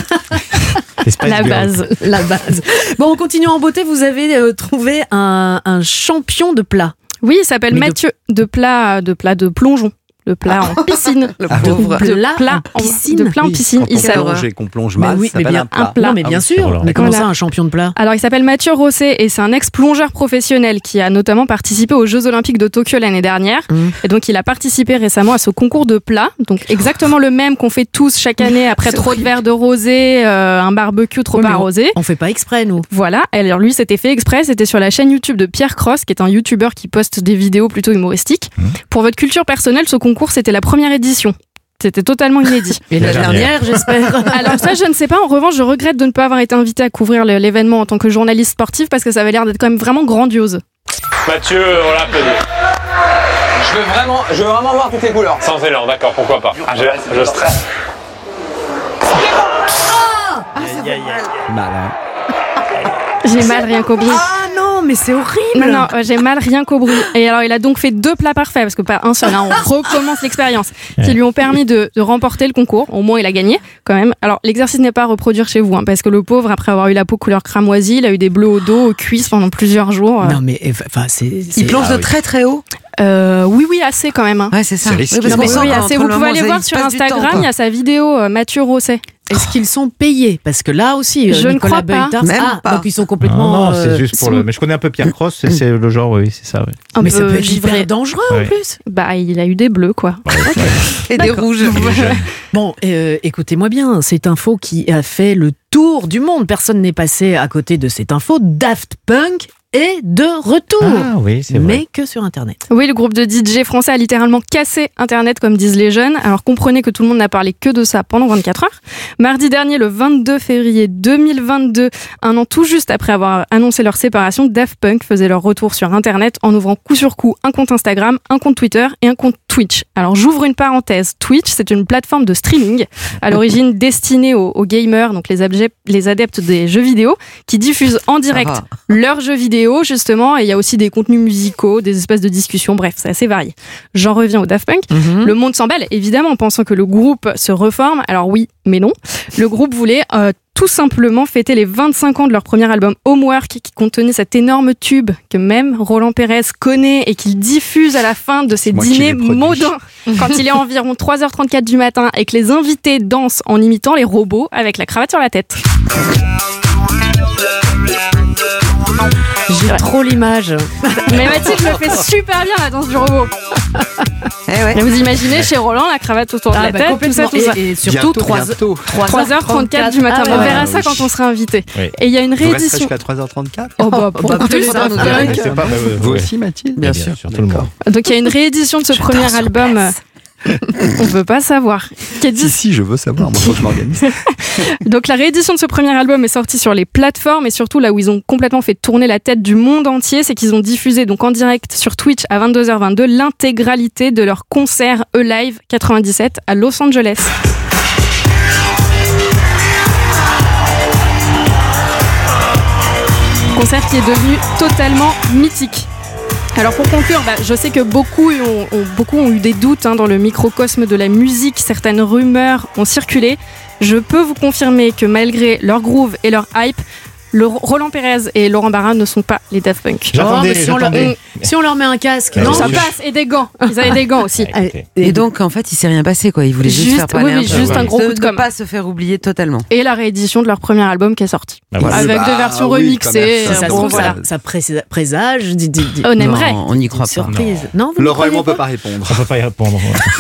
La base. Bon, on continue en beauté, vous avez trouvé un champion de plat. Oui, il s'appelle Mathieu de plat de plongeon. Le plat en piscine. Le pauvre plat en piscine. De plat en piscine. Qu'on plonge mal, oui, ça s'appelle un plat. Non, mais bien sûr. Mais comment ça, un champion de plat? Alors, il s'appelle Mathieu Rosset et c'est un ex-plongeur professionnel qui a notamment participé aux Jeux Olympiques de Tokyo l'année dernière. Et donc, il a participé récemment à ce concours de plats. Donc, exactement le même qu'on fait tous chaque année après trop de verres de rosé, un barbecue trop arrosé. On fait pas exprès, nous. Voilà. Alors, lui, c'était fait exprès. C'était sur la chaîne YouTube de Pierre Cross, qui est un youtubeur qui poste des vidéos plutôt humoristiques. Pour votre culture personnelle, ce concours, c'était la première édition. C'était totalement inédit. Et la dernière, j'espère. Alors ça, je ne sais pas. En revanche, je regrette de ne pas avoir été invitée à couvrir l'événement en tant que journaliste sportif parce que ça avait l'air d'être quand même vraiment grandiose. Mathieu, on l'applaudit. Je veux vraiment voir toutes les couleurs. Sans élan, d'accord, pourquoi pas. Je stresse. Mal, hein. J'ai mal rien qu'au bruit. Ah non, mais c'est horrible. Non, j'ai mal rien qu'au bruit. Et alors, il a donc fait 2 plats parfaits, parce que pas un seul, hein, on recommence l'expérience, qui lui ont permis de remporter le concours. Au moins, il a gagné, quand même. Alors, l'exercice n'est pas à reproduire chez vous, hein, parce que le pauvre, après avoir eu la peau couleur cramoisie, il a eu des bleus au dos, aux cuisses pendant plusieurs jours. Non, mais enfin, Il plonge de très très haut. Oui, assez quand même. Hein. Ouais, c'est ça. Oui, assez. Vous pouvez aller voir sur Instagram, il y a sa vidéo Mathieu Rosset. Est-ce qu'ils sont payés? Parce que là aussi, je ne crois pas. Même pas. Donc ils sont complètement. Non, c'est juste pour le. Mais je connais un peu Pierre Cross, c'est le genre, oui, c'est ça. Oui. Mais ça peut être hyper dangereux en plus. Bah, il a eu des bleus, quoi. Et des rouges. Bon, écoutez-moi bien, cette info qui a fait le tour du monde. Personne n'est passé à côté de cette info. Daft Punk est de retour. Ah oui, c'est vrai. Mais que sur Internet. Oui, le groupe de DJ français a littéralement cassé Internet, comme disent les jeunes. Alors comprenez que tout le monde n'a parlé que de ça pendant 24 heures. Mardi dernier, le 22 février 2022, un an tout juste après avoir annoncé leur séparation, Daft Punk faisait leur retour sur Internet en ouvrant coup sur coup un compte Instagram, un compte Twitter et un compte Twitch. Alors j'ouvre une parenthèse. Twitch, c'est une plateforme de streaming à l'origine destinée aux gamers, donc les adeptes des jeux vidéo, qui diffusent en direct leurs jeux vidéo, justement, et il y a aussi des contenus musicaux, des espèces de discussions, bref, c'est assez varié. J'en reviens au Daft Punk. Le monde s'emballe, évidemment, en pensant que le groupe se reforme. Alors oui, mais non. Le groupe voulait tout simplement fêter les 25 ans de leur premier album Homework, qui contenait cet énorme tube que même Roland Pérez connaît et qu'il diffuse à la fin de ses dîners mondains quand il est environ 3h34 du matin et que les invités dansent en imitant les robots avec la cravate sur la tête. J'ai trop l'image. Mais Mathilde le fait super bien, la danse du robot. Mais vous imaginez chez Roland la cravate autour de la tête, tout ça. Et surtout 3h34 du matin. On verra ça quand on sera invité. Oui. Et il y a une réédition. Jusqu'à 3h34. Oh bah pour plus. Vous aussi, Mathilde? Bien sûr, tout le monde. Donc il y a une réédition de ce premier album. On veut pas savoir. Si, je veux savoir. Moi, faut que je m'organise. Donc, la réédition de ce premier album est sortie sur les plateformes et surtout là où ils ont complètement fait tourner la tête du monde entier, c'est qu'ils ont diffusé donc en direct sur Twitch à 22h22 l'intégralité de leur concert E-Live 97 à Los Angeles. Concert qui est devenu totalement mythique. Alors pour conclure, je sais que beaucoup ont eu des doutes dans le microcosme de la musique, certaines rumeurs ont circulé. Je peux vous confirmer que malgré leur groove et leur hype, Roland Pérez et Laurent Barra ne sont pas les Daft Punk. Si on leur met un casque, non, ça passe, et des gants. Ils avaient des gants aussi. Et donc en fait, il s'est rien passé, quoi. Ils voulaient juste faire parler juste un gros coup de com'. Ne pas se faire oublier totalement. Et la réédition de leur premier album qui est sorti, avec des versions remixées. Ça se trouve, ça présage. On aimerait. Non, on n'y croit pas. Surprise. Non, Laurent et moi, on peut pas répondre. On peut pas y répondre.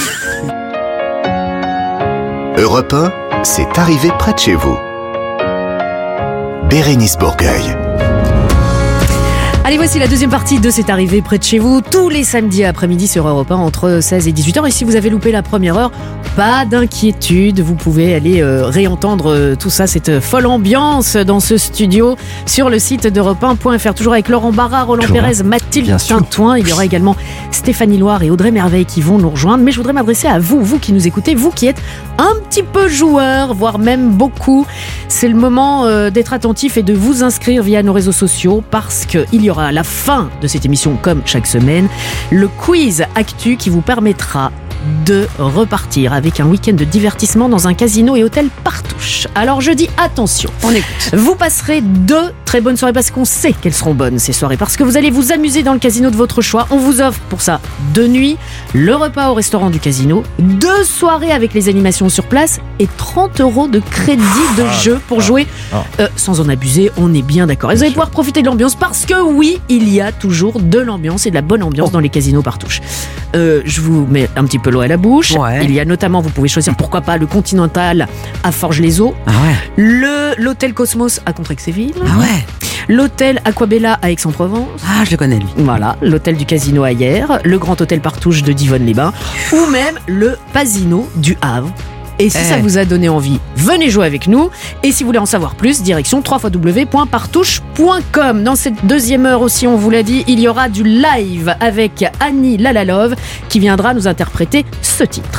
Europe 1, c'est arrivé près de chez vous. Bérénice Bourgueil. Allez, voici la deuxième partie de C'est arrivé près de chez vous, tous les samedis après-midi sur Europe 1 entre 16 et 18h. Et si vous avez loupé la première heure, pas d'inquiétude, vous pouvez aller réentendre tout ça, cette folle ambiance dans ce studio sur le site d'europe1.fr. Toujours avec Laurent Barra, Roland Pérez, Mathilde Tintoin. Il y aura également Stéphanie Loire et Audrey Merveille qui vont nous rejoindre. Mais je voudrais m'adresser à vous, vous qui nous écoutez, vous qui êtes un petit peu joueur, voire même beaucoup. C'est le moment d'être attentif et de vous inscrire via nos réseaux sociaux parce qu'il y aura à la fin de cette émission, comme chaque semaine, le quiz actu qui vous permettra de repartir avec un week-end de divertissement dans un casino et hôtel Partouche. Alors je dis attention, on écoute. Vous passerez 2 très bonne soirée parce qu'on sait qu'elles seront bonnes ces soirées. Parce que vous allez vous amuser dans le casino de votre choix. On vous offre pour ça 2 nuits, le repas au restaurant du casino, 2 soirées avec les animations sur place et 30 € de crédit de jeu pour jouer sans en abuser, on est bien d'accord. Et vous allez pouvoir profiter de l'ambiance parce que oui, il y a toujours de l'ambiance et de la bonne ambiance dans les casinos Partouche. Je vous mets un petit peu l'eau à la bouche. Il y a notamment, vous pouvez choisir pourquoi pas le Continental à Forges-les-Eaux, l'hôtel Cosmos à Contrexéville, l'hôtel Aquabella à Aix-en-Provence. Ah, je le connais lui. Voilà, l'hôtel du Casino à Hyères, le Grand Hôtel Partouche de Divonne-les-Bains ou même le Pasino du Havre. Et si ça vous a donné envie, venez jouer avec nous. Et si vous voulez en savoir plus, direction www.partouche.com. Dans cette deuxième heure aussi, on vous l'a dit, il y aura du live avec Annie Lalalove qui viendra nous interpréter ce titre.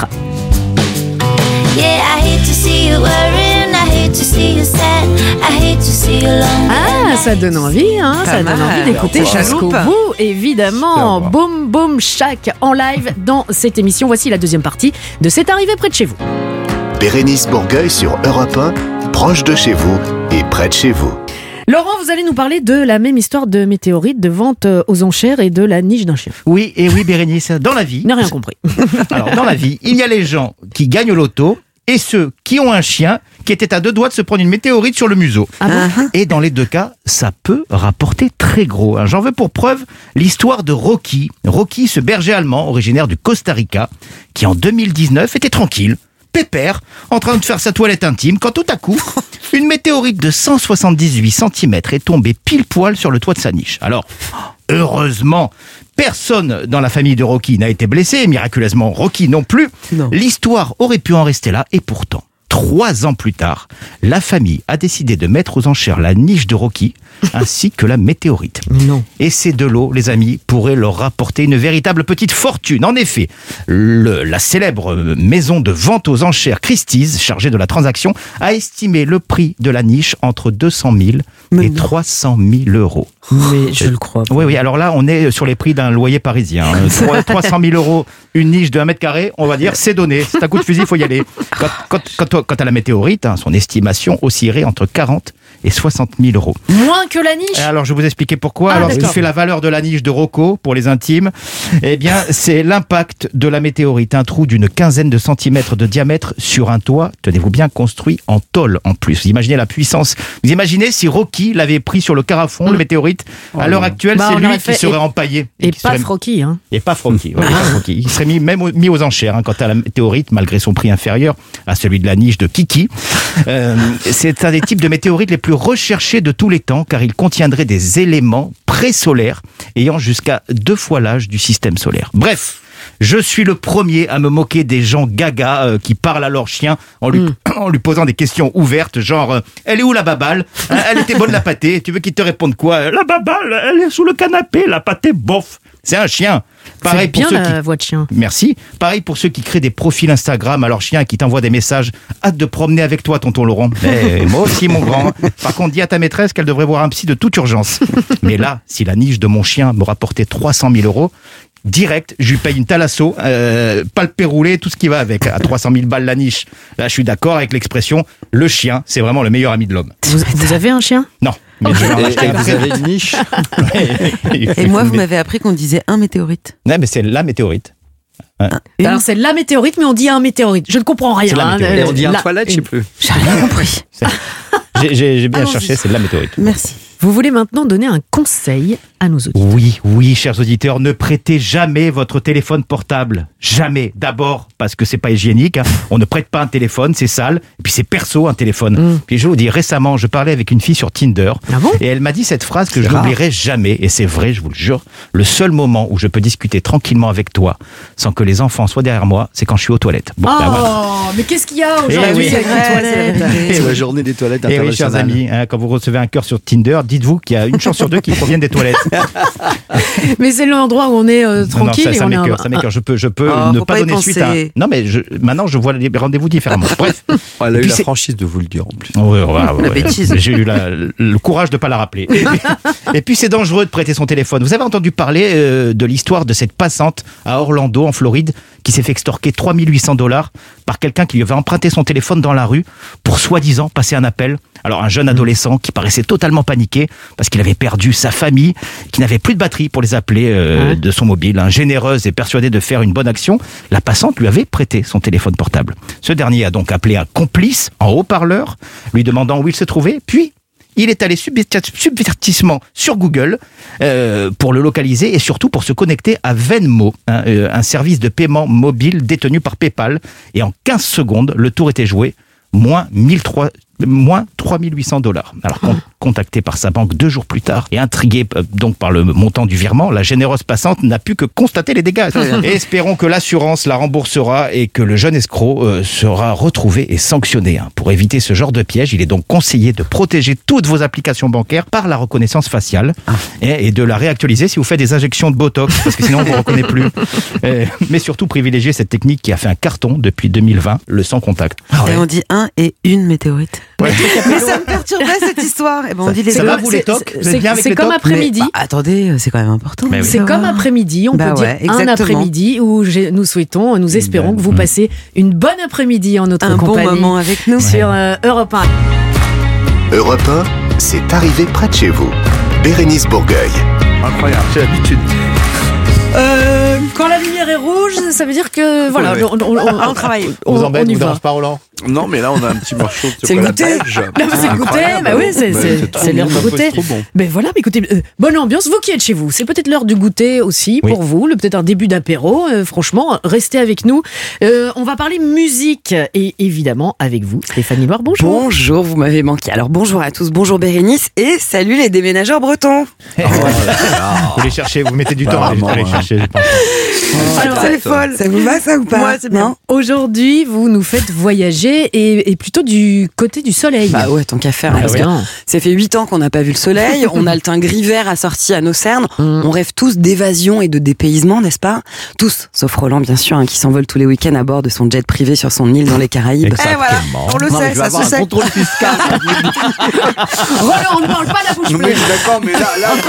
Ah, ça donne envie, hein, ça donne envie d'écouter jusqu'au bout, évidemment. Boum Boum Shack en live dans cette émission. Voici la deuxième partie de C'est arrivé près de chez vous. Bérénice Bourgueil sur Europe 1, proche de chez vous et près de chez vous. Laurent, vous allez nous parler de la même histoire de météorites, de vente aux enchères et de la niche d'un chien. Oui, et oui, Bérénice, dans la vie... Je n'ai rien compris. Alors, dans la vie, il y a les gens qui gagnent au loto et ceux qui ont un chien qui était à 2 doigts de se prendre une météorite sur le museau. Ah bon ? Et dans les 2 cas, ça peut rapporter très gros. J'en veux pour preuve l'histoire de Rocky. Rocky, ce berger allemand originaire du Costa Rica, qui en 2019 était tranquille, pépère, en train de faire sa toilette intime, quand tout à coup, une météorite de 178 cm est tombée pile poil sur le toit de sa niche. Alors, heureusement, personne dans la famille de Rocky n'a été blessé, miraculeusement Rocky non plus. Non. L'histoire aurait pu en rester là, et pourtant, 3 ans plus tard, la famille a décidé de mettre aux enchères la niche de Rocky ainsi que la météorite. Non. Et ces 2 lots, les amis, pourraient leur rapporter une véritable petite fortune. En effet, la célèbre maison de vente aux enchères Christie's, chargée de la transaction, a estimé le prix de la niche entre 200 000 et 300 000 euros. Mais je le crois. Oui, alors là, on est sur les prix d'un loyer parisien. 300 000 euros, une niche de 1 mètre carré, on va dire, c'est donné. C'est un coup de fusil, il faut y aller. Quant à la météorite, son estimation oscillerait entre 40 et 60 000 euros. Moins que la niche ? Alors, je vais vous expliquer pourquoi. Alors, ce qui fait la valeur de la niche de Rocco, pour les intimes, eh bien, c'est l'impact de la météorite. Un trou d'une 15aine de centimètres de diamètre sur un toit, tenez-vous bien, construit en tôle en plus. Vous imaginez la puissance. Vous imaginez si Rocky l'avait pris sur le carafon, le météorite. À l'heure actuelle, c'est lui qui serait empaillé. Et pas Rocky, hein. Et pas Rocky. Il serait mis aux enchères, quant à la météorite, malgré son prix inférieur à celui de la niche de Kiki. C'est un des types de météorites les plus recherchés de tous les temps, car il contiendrait des éléments présolaires ayant jusqu'à 2 fois l'âge du système solaire. Bref, je suis le premier à me moquer des gens gaga qui parlent à leur chien en lui posant des questions ouvertes, genre elle est où la babale ? Elle était bonne la pâtée, tu veux qu'il te réponde quoi ? La babale, elle est sous le canapé, la pâtée bof. C'est un chien. Pareil pour bien la voix de chien. Merci. Pareil pour ceux qui créent des profils Instagram à leur chien et qui t'envoient des messages. Hâte de promener avec toi, tonton Laurent. Moi aussi, mon grand. Par contre, dis à ta maîtresse qu'elle devrait voir un psy de toute urgence. Mais là, si la niche de mon chien me rapportait 300 000 euros, direct, je lui paye une thalasso, palpé roulé, tout ce qui va avec. À 300 000 balles la niche. Là, je suis d'accord avec l'expression, le chien, c'est vraiment le meilleur ami de l'homme. Vous avez un chien ? Non. Mais vous avez une niche. Et moi, vous m'avez appris qu'on disait un météorite. Ouais, mais c'est la météorite. Alors c'est la météorite, mais on dit un météorite. Je ne comprends rien. Et on dit un toilette, je sais plus. J'ai rien compris. J'ai bien cherché, c'est la météorite. Merci. Vous voulez maintenant donner un conseil à nos auditeurs. Oui, chers auditeurs, ne prêtez jamais votre téléphone portable. Jamais. D'abord, parce que c'est pas hygiénique. On ne prête pas un téléphone, c'est sale. Et puis c'est perso, un téléphone. Puis je vous dis, récemment, je parlais avec une fille sur Tinder. Ah bon ? Et elle m'a dit cette phrase que je n'oublierai jamais. Et c'est vrai, je vous le jure. Le seul moment où je peux discuter tranquillement avec toi, sans que les enfants soient derrière moi, c'est quand je suis aux toilettes. Bon, voilà. Mais qu'est-ce qu'il y a aujourd'hui avec les toilettes ? C'est la journée des toilettes internationales. Et oui, chers amis, quand vous recevez un cœur sur Tinder, dites-vous qu'il y a une chance sur 2 qui proviennent des toilettes. Mais c'est l'endroit où on est tranquille. Ça m'écoeure. Je peux ne pas donner suite à... Non, mais maintenant, je vois les rendez-vous différemment. Bref. Elle a eu la franchise de vous le dire, en plus. La bêtise. J'ai eu le courage de ne pas la rappeler. Et puis, c'est dangereux de prêter son téléphone. Vous avez entendu parler de l'histoire de cette passante à Orlando, en Floride, qui s'est fait extorquer $3 800 par quelqu'un qui lui avait emprunté son téléphone dans la rue pour soi-disant passer un appel. Alors un jeune adolescent qui paraissait totalement paniqué parce qu'il avait perdu sa famille, qui n'avait plus de batterie pour les appeler de son mobile. Généreuse et persuadée de faire une bonne action, la passante lui avait prêté son téléphone portable. Ce dernier a donc appelé un complice en haut-parleur, lui demandant où il se trouvait, puis il est allé subvertissement sur Google pour le localiser et surtout pour se connecter à Venmo, un service de paiement mobile détenu par PayPal. Et en 15 secondes, le tour était joué. Moins $3 800. Alors, contacté par sa banque 2 jours plus tard et intrigué donc par le montant du virement, la généreuse passante n'a pu que constater les dégâts. Et espérons que l'assurance la remboursera et que le jeune escroc sera retrouvé et sanctionné. Pour éviter ce genre de piège, il est donc conseillé de protéger toutes vos applications bancaires par la reconnaissance faciale et de la réactualiser si vous faites des injections de Botox, parce que sinon on ne vous reconnaît plus. Mais surtout privilégier cette technique qui a fait un carton depuis 2020, le sans contact. Et on dit 1 et 1 météorite. Ouais. Mais ça me perturbait cette histoire. Et ben on dit les ça va vous les tocs? C'est comme après-midi. Attendez, c'est quand même important. Oui. C'est comme après-midi. On peut dire un après-midi où nous espérons que vous passez une bonne après-midi en notre compagnie. Un bon moment avec nous. Sur Europe 1. Europe 1, c'est arrivé près de chez vous. Bérénice Bourgueil. Incroyable, j'ai l'habitude. Quand la lumière est rouge, ça veut dire que voilà, on travaille. On vous embête, vous dérange pas, Roland? Non, mais là on a un petit morceau de chocolat belge. C'est le goûter, bah oui, c'est l'heure du goûter. Mais voilà, mais écoutez, bonne ambiance. Vous qui êtes chez vous, c'est peut-être l'heure du goûter aussi pour vous, peut-être un début d'apéro. Franchement, restez avec nous. On va parler musique et évidemment avec vous, Stéphanie Loire. Bonjour. Bonjour, vous m'avez manqué. Alors bonjour à tous, bonjour Bérénice et salut les déménageurs bretons. Vous les cherchez, vous mettez du temps à les chercher. Alors, c'est folle. Ça vous va ça ou pas? Moi, c'est bien. Aujourd'hui, vous nous faites voyager et plutôt du côté du soleil. Bah ouais, tant qu'à faire. Parce que ça fait 8 ans qu'on n'a pas vu le soleil. On a le teint gris vert assorti à nos cernes. On rêve tous d'évasion et de dépaysement, n'est-ce pas? Tous, sauf Roland, bien sûr, qui s'envole tous les week-ends à bord de son jet privé sur son île dans les Caraïbes. Et voilà, on le sait, ça se sait. Contrôle fiscal. Roland, on ne parle pas la bouche pleine. Mais d'accord, mais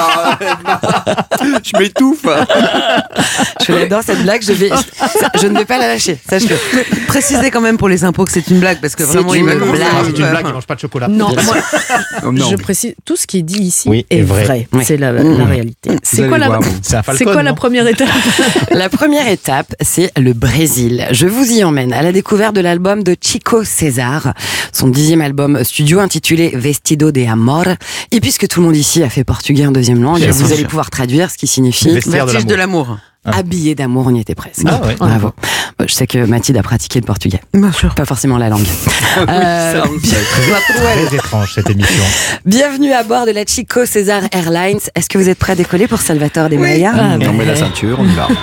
là, je m'étouffe. Je l'adore cette blague, je ne vais pas la lâcher. Sache-le. Précisez quand même pour les impôts que c'est une blague, parce que vraiment c'est une blague, il mange pas de chocolat. Non, je précise, tout ce qui est dit ici est vrai. Oui. C'est la réalité. C'est quoi la première étape? La première étape, c'est le Brésil. Je vous y emmène à la découverte de l'album de Chico César, son 10e album studio intitulé Vestido de Amor. Et puisque tout le monde ici a fait portugais en deuxième langue, vous allez pouvoir traduire ce qui signifie Vestige de l'amour. Habillé d'amour, on y était presque. Ah ouais. Bravo. Je sais que Mathilde a pratiqué le portugais. Bien sûr. Pas forcément la langue. Très étrange cette émission. Bienvenue à bord de la Chico César Airlines. Est-ce que vous êtes prêts à décoller pour Salvatore de Bahia? On met la ceinture, on y va.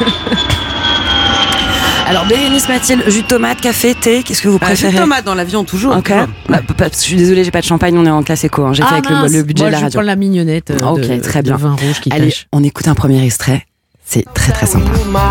Alors Bérénice, Mathilde, jus de tomate, café, thé, qu'est-ce que vous préférez? Jus de tomate dans l'avion toujours. Ok. Je suis désolée, j'ai pas de champagne, on est en classe éco. J'ai fait avec le budget de la radio. Je prends la mignonnette très bien. De vin rouge qui Allez, tâche. on écoute un premier extrait. C'est très très sympa.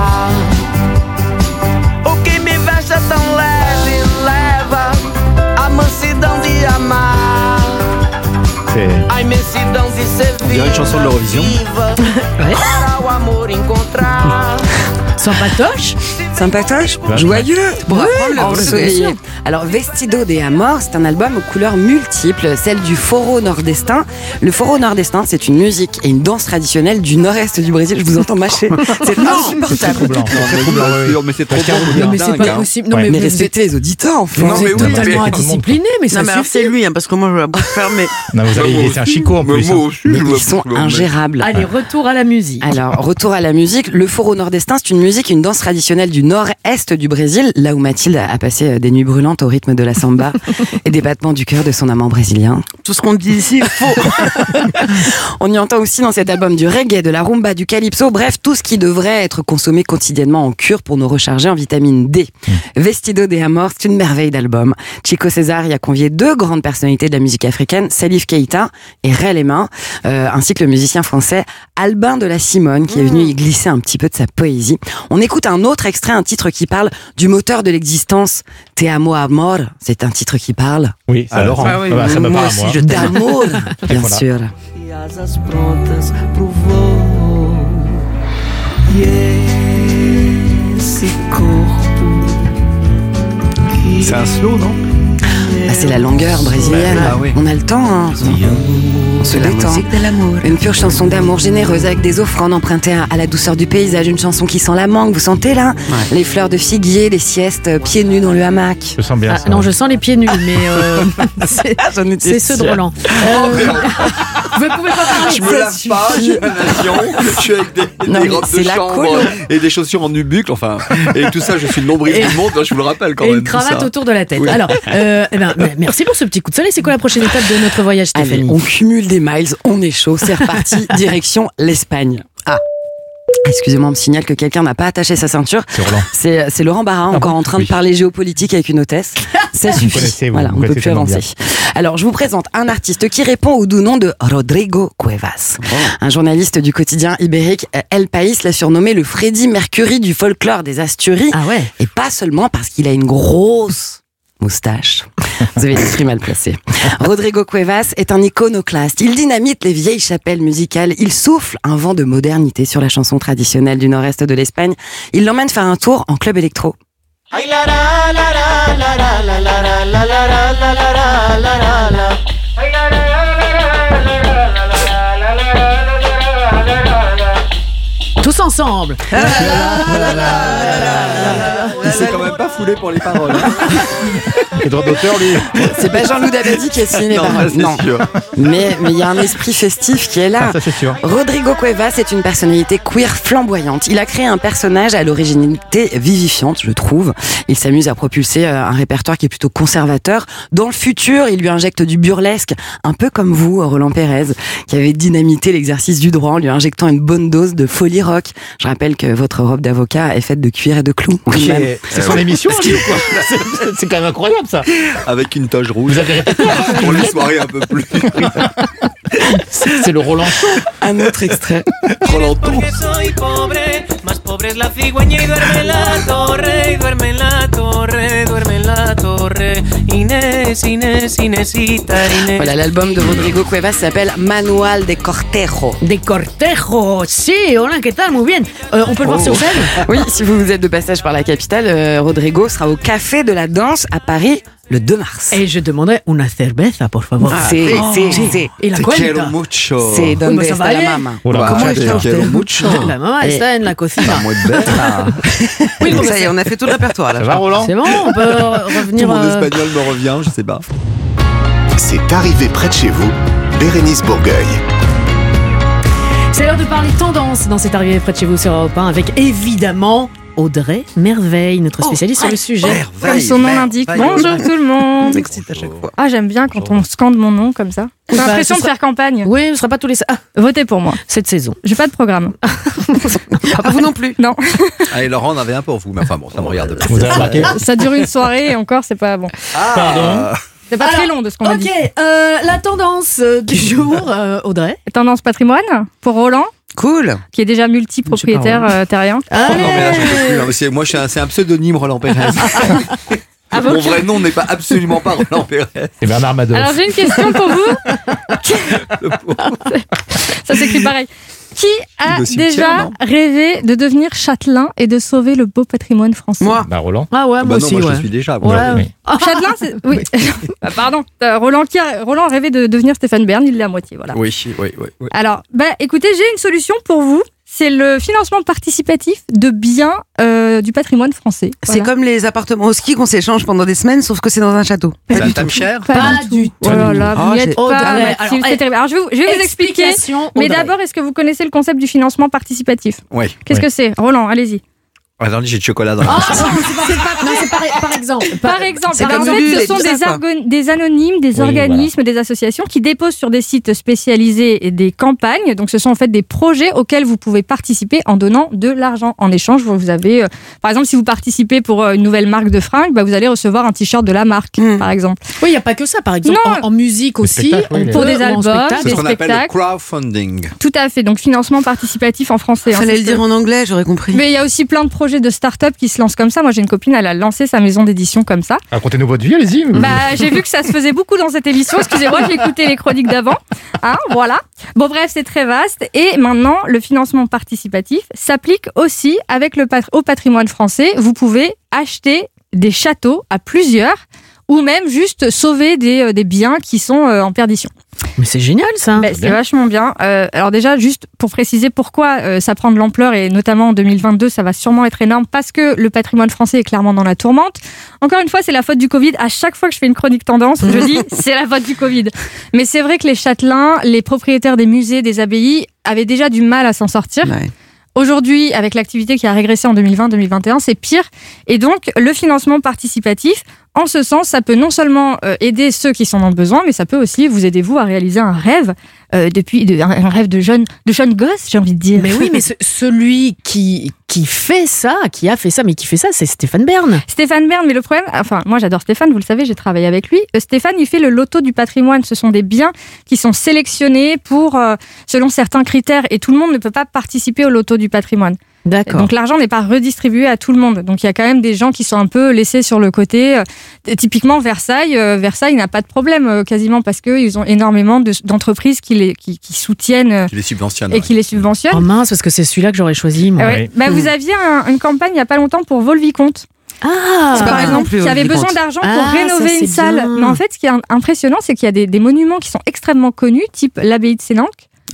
O que me veste tão leve leva a mansidão de amar. A imensidão de ser On dirait une chanson de l'Eurovision. Para o amor encontrar. Sympatoche? Sympatoche, joyeux, ensoleillé. Alors Vestido de Amor, c'est un album aux couleurs multiples, celle du Forró nordestin. Le Forró nordestin, c'est une musique et une danse traditionnelle du nord-est du Brésil. Je vous entends mâcher. C'est insupportable. C'est très troublant. Mais c'est trop bon. Mais c'est pas possible. Non, mais respectez les auditeurs, enfin. Vous êtes totalement indiscipliné, mais ça suffit. C'est lui, parce que moi je la bouche fermée. Non, vous avez c'est un chicot en plus. Mais ils sont ingérables. Allez, retour à la musique. Alors, retour à la musique. Le Forró nordestin, c'est une musique et une danse traditionnelle du nord-est du Brésil, là où Mathilde a passé des nuits brûlantes au rythme de la samba et des battements du cœur de son amant brésilien. Tout ce qu'on dit ici est faux. On y entend aussi dans cet album du reggae, de la rumba, du calypso, bref, tout ce qui devrait être consommé quotidiennement en cure pour nous recharger en vitamine D. Vestido de Amor, c'est une merveille d'album. Chico César y a convié 2 grandes personnalités de la musique africaine, Salif Keita et Ray Lema, ainsi que le musicien français Albin de la Simone, qui est venu y glisser un petit peu de sa poésie. On écoute un autre extrait, un titre qui parle du moteur de l'existence, Te amo amor, c'est un titre qui parle. Oui, ça Laurent. Ah oui, ça me parle, moi. D'amour, bien voilà. sûr. Asas prontas pro voo. E esse corpo chaud, non? C'est la longueur brésilienne. On a le temps, hein. On se détend. Une pure chanson d'amour généreuse avec des offrandes empruntées à la douceur du paysage. Une chanson qui sent la mangue, vous sentez là? Les fleurs de figuier, les siestes, pieds nus dans le hamac. Je sens bien ça. Non, je sens les pieds nus, mais c'est ceux de Roland. Vous pouvez pas parler. Je me lave pas, j'ai la nation, je suis avec des robes de chambre et des chaussures en nubucle, enfin, et tout ça, je suis le nombril du monde, je vous le rappelle quand même. Et une cravate autour de la tête. Oui. Alors, merci pour ce petit coup de soleil. C'est quoi la prochaine étape de notre voyage, Stéphanie? Allez, on cumule des miles, on est chaud, c'est reparti, direction l'Espagne. Excusez-moi, on me signale que quelqu'un n'a pas attaché sa ceinture. C'est Laurent Barra, encore en train de parler géopolitique avec une hôtesse. Ça suffit. Voilà, on ne peut plus avancer. Alors, je vous présente un artiste qui répond au doux nom de Rodrigo Cuevas. Un journaliste du quotidien ibérique El País l'a surnommé le Freddie Mercury du folklore des Asturies. Ah ouais. Et pas seulement parce qu'il a une grosse moustache. Vous avez l'esprit mal placé. Rodrigo Cuevas est un iconoclaste. Il dynamite les vieilles chapelles musicales. Il souffle un vent de modernité sur la chanson traditionnelle du nord-est de l'Espagne. Il l'emmène faire un tour en club électro. Tous ensemble. Il s'est quand même pas foulé pour les paroles. Les droits d'auteur, lui. C'est pas Jean-Loup Dabadi qui a signé les paroles. Non, sûr. Mais il y a un esprit festif qui est là. Ça, c'est sûr. Rodrigo Cuevas est une personnalité queer flamboyante. Il a créé un personnage à l'originalité vivifiante, je trouve. Il s'amuse à propulser un répertoire qui est plutôt conservateur. Dans le futur, il lui injecte du burlesque, un peu comme vous, Roland Pérez, qui avait dynamité l'exercice du droit en lui injectant une bonne dose de folie rock. Je rappelle que votre robe d'avocat est faite de cuir et de clous. C'est son émission, lui, ou quoi? C'est quand même incroyable, ça. Avec une toge rouge. Vous avez répété pour les soirées un peu plus. C'est le Roland Show. Un autre extrait. Roland. Voilà, l'album de Rodrigo Cuevas s'appelle Manual de Cortejo. De Cortejo, si, hola, ¿qué tal? Muy bien. On peut le voir sur scène? Oui, si vous êtes de passage par la capitale, Rodrigo sera au Café de la Danse à Paris le 2 mars. Et je demanderais una cerveza, por favor. Sí. Et la cuenta. C'est donde está la mama. ¿Cómo está usted? La mama está en la cocina. Oui, bon, ça y est, on a fait tout le répertoire là. Ça va, Roland? C'est bon, on peut revenir. Tout mon espagnol me revient, je sais pas. C'est arrivé près de chez vous, Bérénice Bourgueil. C'est l'heure de parler tendance dans cette arrivée près de chez vous sur Europe 1 avec évidemment Audrey Merveille, notre spécialiste sur le sujet. Comme son nom l'indique. Bonjour tout le monde. Ah, j'aime bien quand on scande mon nom comme ça. J'ai l'impression de faire campagne. Oui, ce ne sera pas tous les... Votez pour moi. Cette saison. J'ai pas de programme. Vous non plus. Non. Allez, Laurent, on avait un pour vous, mais enfin bon, ça me regarde pas. Vous avez remarqué? Ça dure une soirée et encore, c'est pas bon. Pardon. C'est pas très long de ce qu'on a dit. Ok, la tendance du jour, Audrey. Tendance patrimoine pour Roland. Cool. Qui est déjà multi-propriétaire terrien. Non, mais là, je peux plus. Moi, c'est un pseudonyme, Roland Pérez. Mon vrai nom n'est pas absolument pas Roland Pérez. C'est Bernard Madoff. Alors, j'ai une question pour vous. Ça s'écrit pareil. Qui a déjà rêvé de devenir châtelain et de sauver le beau patrimoine français? Moi. Roland. Ah ouais, moi aussi. Moi, je suis déjà. Ouais. Châtelain, c'est... Oui. Pardon. Roland a rêvé de devenir Stéphane Bern, il l'est à moitié, voilà. Oui. Alors, écoutez, j'ai une solution pour vous. C'est le financement participatif de biens du patrimoine français. C'est comme les appartements au ski qu'on s'échange pendant des semaines, sauf que c'est dans un château. C'est un timeshare? Pas du tout. Oh là là, vous n'y êtes pas. C'est terrible. Alors, je vais vous expliquer. Mais d'abord, est-ce que vous connaissez le concept du financement participatif? Oui. Qu'est-ce que c'est? Roland, allez-y. Attendez, j'ai du chocolat dans la bouche. Par exemple. Par exemple, en fait, ce sont des anonymes, des organismes, des associations qui déposent sur des sites spécialisés des campagnes. Donc, ce sont en fait des projets auxquels vous pouvez participer en donnant de l'argent. En échange, vous avez, par exemple, si vous participez pour une nouvelle marque de fringues, vous allez recevoir un t-shirt de la marque, par exemple. Oui, il n'y a pas que ça. Par exemple, en musique aussi, pour des albums, c'est ce qu'on appelle le crowdfunding. Tout à fait. Donc, financement participatif en français. Il fallait le dire en anglais, j'aurais compris. Mais il y a aussi plein de projets de start-up qui se lancent comme ça. Moi, j'ai une copine, elle a lancé sa maison d'édition comme ça. Racontez-nous votre vie, allez-y. J'ai vu que ça se faisait beaucoup dans cette émission. Excusez-moi, j'ai écouté les chroniques d'avant. Voilà. Bon, bref, c'est très vaste. Et maintenant, le financement participatif s'applique aussi au patrimoine français. Vous pouvez acheter des châteaux à plusieurs ou même juste sauver des biens qui sont en perdition. Mais c'est génial ça. C'est vachement bien. Alors déjà, juste pour préciser pourquoi ça prend de l'ampleur, et notamment en 2022, ça va sûrement être énorme parce que le patrimoine français est clairement dans la tourmente. Encore une fois, c'est la faute du Covid. À chaque fois que je fais une chronique tendance, je dis c'est la faute du Covid. Mais c'est vrai que les châtelains, les propriétaires des musées, des abbayes avaient déjà du mal à s'en sortir. Ouais. Aujourd'hui, avec l'activité qui a régressé en 2020-2021, c'est pire. Et donc, le financement participatif, en ce sens, ça peut non seulement aider ceux qui sont dans le besoin, mais ça peut aussi vous aider, vous, à réaliser un rêve, un rêve de jeune gosse, j'ai envie de dire. Mais oui, mais celui qui fait ça, c'est Stéphane Bern. Stéphane Bern, mais le problème, enfin, moi j'adore Stéphane, vous le savez, j'ai travaillé avec lui. Stéphane, il fait le loto du patrimoine. Ce sont des biens qui sont sélectionnés selon certains critères, et tout le monde ne peut pas participer au loto du patrimoine. D'accord. Donc l'argent n'est pas redistribué à tout le monde. Donc il y a quand même des gens qui sont un peu laissés sur le côté. Typiquement Versailles n'a pas de problème quasiment parce qu'ils ont énormément d'entreprises qui soutiennent, qui les subventionnent, et qui les subventionnent. Oh mince, parce que c'est celui-là que j'aurais choisi. Moi. Ouais. Vous aviez une campagne il y a pas longtemps pour Vaux-le-Vicomte. Par exemple, qui avait besoin d'argent pour rénover une salle. Bien. Mais en fait, ce qui est impressionnant, c'est qu'il y a des monuments qui sont extrêmement connus, type l'abbaye de Sénanque,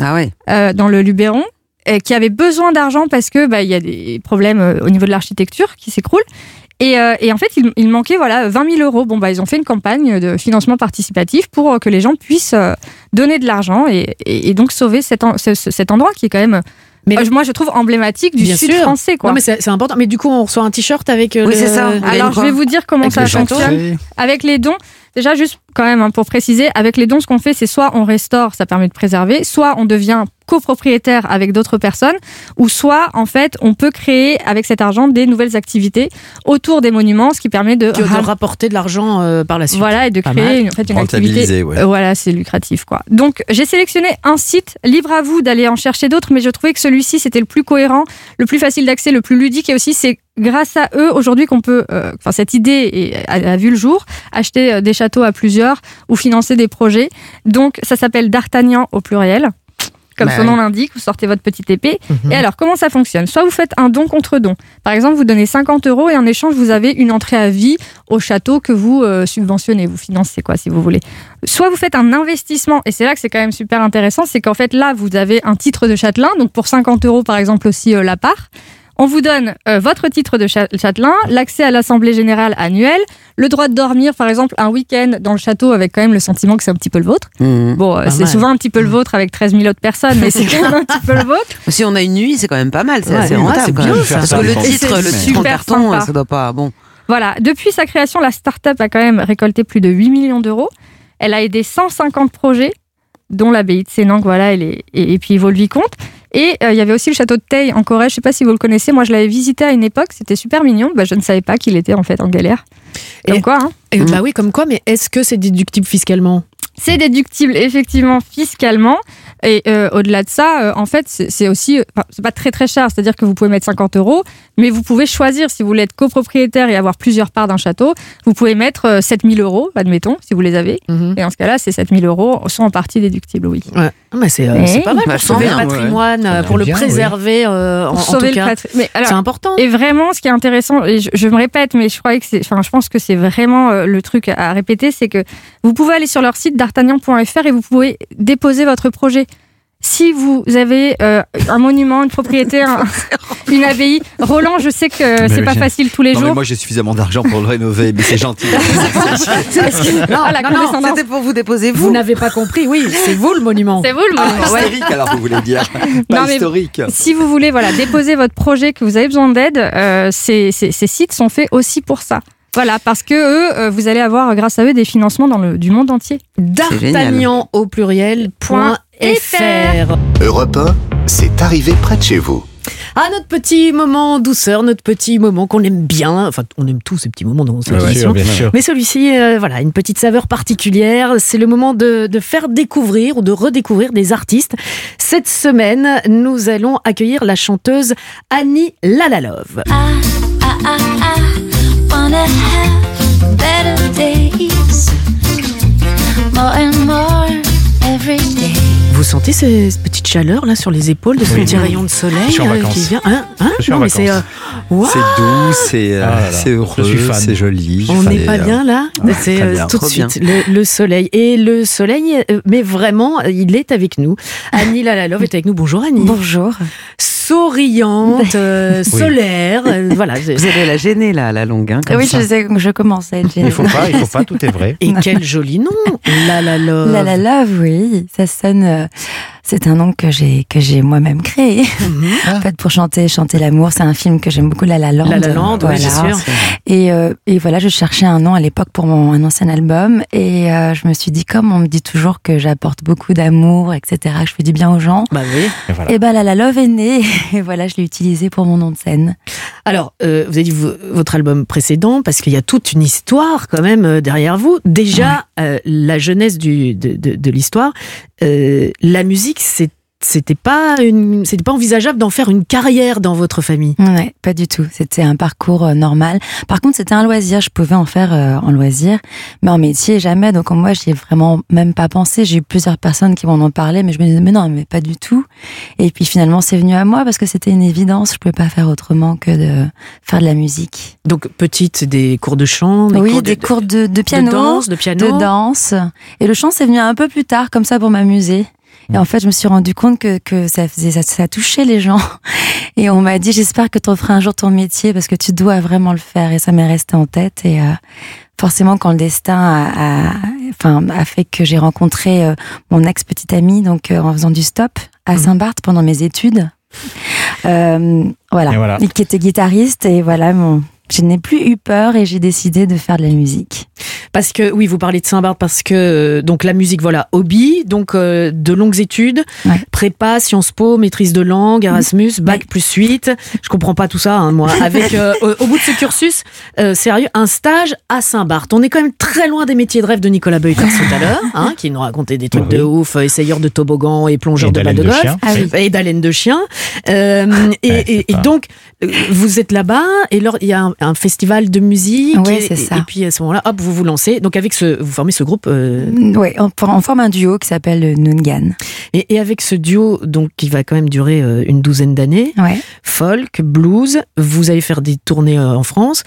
dans le Luberon, qui avait besoin d'argent parce que y a des problèmes au niveau de l'architecture qui s'écroulent. Et en fait, il manquait 20 000 euros. Ils ont fait une campagne de financement participatif pour que les gens puissent donner de l'argent et donc sauver cet endroit qui est quand même... moi, je trouve emblématique du sud français. Quoi. Non, mais c'est important. Mais du coup, on reçoit un t-shirt avec Oui, c'est ça. Alors, je vais vous dire comment ça fonctionne. Avec les dons, déjà, juste quand même, pour préciser, avec les dons, ce qu'on fait, c'est soit on restaure, ça permet de préserver, soit on devient copropriétaire avec d'autres personnes, ou soit, en fait, on peut créer avec cet argent des nouvelles activités autour des monuments, ce qui permet de rapporter de l'argent par la suite. Voilà, et de créer une activité. Voilà, c'est lucratif, quoi. Donc, j'ai sélectionné un site, libre à vous d'aller en chercher d'autres, mais je trouvais que celui-ci, c'était le plus cohérent, le plus facile d'accès, le plus ludique, et aussi, c'est grâce à eux, aujourd'hui, qu'on peut, cette idée a vu le jour, acheter des châteaux à plusieurs ou financer des projets. Donc, ça s'appelle D'Artagnan au pluriel. Comme son nom l'indique, vous sortez votre petite épée. Et alors, comment ça fonctionne ? Soit vous faites un don contre don. Par exemple, vous donnez 50 € et en échange, vous avez une entrée à vie au château que vous subventionnez, vous financez, si vous voulez. Soit vous faites un investissement, et c'est là que c'est quand même super intéressant, c'est qu'en fait, là, vous avez un titre de châtelain, donc pour 50 € par exemple aussi la part. On vous donne votre titre de châtelain, l'accès à l'assemblée générale annuelle, le droit de dormir, par exemple, un week-end dans le château avec quand même le sentiment que c'est un petit peu le vôtre. C'est souvent un petit peu le vôtre avec 13 000 autres personnes, mais c'est quand même un petit peu le vôtre. Si on a une nuit, c'est quand même pas mal, c'est assez rentable. Quand même. Parce que le titre, le super carton, ça doit pas... Bon. Voilà, depuis sa création, la start-up a quand même récolté plus de 8 millions d'euros. Elle a aidé 150 projets, dont l'abbaye de Sénanque, et puis Vaux-le-Vicomte. Et il y avait aussi le château de Teil en Corrèze, je ne sais pas si vous le connaissez, moi je l'avais visité à une époque, c'était super mignon, je ne savais pas qu'il était en fait en galère. Comme quoi, hein. Oui, comme quoi, mais est-ce que c'est déductible fiscalement ? C'est déductible effectivement fiscalement, et au-delà de ça, en fait, c'est aussi, c'est pas très très cher, c'est-à-dire que vous pouvez mettre 50 €, mais vous pouvez choisir, si vous voulez être copropriétaire et avoir plusieurs parts d'un château, vous pouvez mettre 7 000 €, admettons, si vous les avez, et dans ce cas-là, ces 7 000 € sont en partie déductibles, oui. Ouais. Mais c'est pas mal pour sauver le patrimoine, pour le préserver, en tout cas. C'est important. Et vraiment, ce qui est intéressant, et je me répète, mais je pense que c'est vraiment le truc à répéter, c'est que vous pouvez aller sur leur site d'artagnan.fr et vous pouvez déposer votre projet. Si vous avez un monument, une propriété, une abbaye, Roland, je sais que c'est pas facile tous les jours. Mais moi, j'ai suffisamment d'argent pour le rénover, mais c'est gentil. Non, c'était pour vous déposer, vous. Vous n'avez pas compris, oui, c'est vous le monument. C'est vous le monument. Historique, alors, vous voulez dire. Pas historique. Si vous voulez déposer votre projet, que vous avez besoin d'aide, ces sites sont faits aussi pour ça. Voilà, parce que eux, vous allez avoir, grâce à eux, des financements du monde entier. D'Artagnan au pluriel.fr. Europe 1, c'est arrivé près de chez vous. Notre petit moment douceur, notre petit moment qu'on aime bien. Enfin, on aime tous ces petits moments dans cette émission. Bien sûr. Mais celui-ci, une petite saveur particulière. C'est le moment de faire découvrir ou de redécouvrir des artistes. Cette semaine, nous allons accueillir la chanteuse Annie Lalalove. Wanna have better days, more and more every day. Vous sentez ces petites chaleurs là sur les épaules de ce petit rayon de soleil qui vient Je suis en vacances. Wow. C'est doux, c'est heureux, c'est joli. On n'est pas bien là. C'est tout de suite le soleil. Et le soleil, mais vraiment, il est avec nous. Annie Lalalove est avec nous. Bonjour Annie. Bonjour. Souriante, solaire. Voilà. Vous allez la gêner là, à la longue. Hein, oui, je commence à être gênée. Il faut pas, tout est vrai. Et quel joli nom, Lalalove. Lalalove, oui, ça sonne. C'est un nom que j'ai moi-même créé. En fait, pour chanter l'amour, c'est un film que j'aime beaucoup, La La Land. La La Land, oui, c'est sûr. Et voilà, je cherchais un nom à l'époque pour un ancien album, et je me suis dit, comme on me dit toujours que j'apporte beaucoup d'amour, etc., que je fais du bien aux gens. Bah oui. Et La La Love est née, et voilà, je l'ai utilisé pour mon nom de scène. Alors, vous avez dit votre album précédent, parce qu'il y a toute une histoire quand même derrière vous. Déjà, la jeunesse de l'histoire, la musique, c'était pas envisageable d'en faire une carrière dans votre famille. Ouais, pas du tout. C'était un parcours normal. Par contre, c'était un loisir. Je pouvais en faire en loisir, mais en métier, jamais. Donc moi, j'y ai vraiment même pas pensé. J'ai eu plusieurs personnes qui m'en ont parlé, mais je me disais, mais non, mais pas du tout. Et puis finalement, c'est venu à moi parce que c'était une évidence. Je pouvais pas faire autrement que de faire de la musique. Donc petite, des cours de chant, des cours de piano, de danse. Et le chant, c'est venu un peu plus tard, comme ça, pour m'amuser. Et en fait, je me suis rendu compte que ça touchait les gens. Et on m'a dit, j'espère que tu en feras un jour ton métier parce que tu dois vraiment le faire. Et ça m'est resté en tête. Et forcément, quand le destin a fait que j'ai rencontré mon ex-petite amie, donc en faisant du stop à Saint-Barth pendant mes études, voilà. Et qui était guitariste. Et voilà, je n'ai plus eu peur et j'ai décidé de faire de la musique. Parce que, oui, vous parlez de Saint-Barth parce que, donc la musique, voilà, hobby, donc de longues études, prépa, Sciences Po, maîtrise de langue, Erasmus, bac plus 8. Je comprends pas tout ça, hein, moi. Avec, au bout de ce cursus, sérieux, un stage à Saint-Barth. On est quand même très loin des métiers de rêve de Nicolas Beuters tout à l'heure, hein, qui nous racontait des trucs de ouf, essayeur de toboggan et plongeur de balle de golf. Et d'haleine de chien. Et donc, vous êtes là-bas, et là, il y a un festival de musique. Oui, c'est ça. Et puis à ce moment-là, hop, vous lancez. Donc vous formez ce groupe. Oui, on forme un duo qui s'appelle Noongan. Et avec ce duo, donc qui va quand même durer une douzaine d'années, folk, blues, vous allez faire des tournées en France,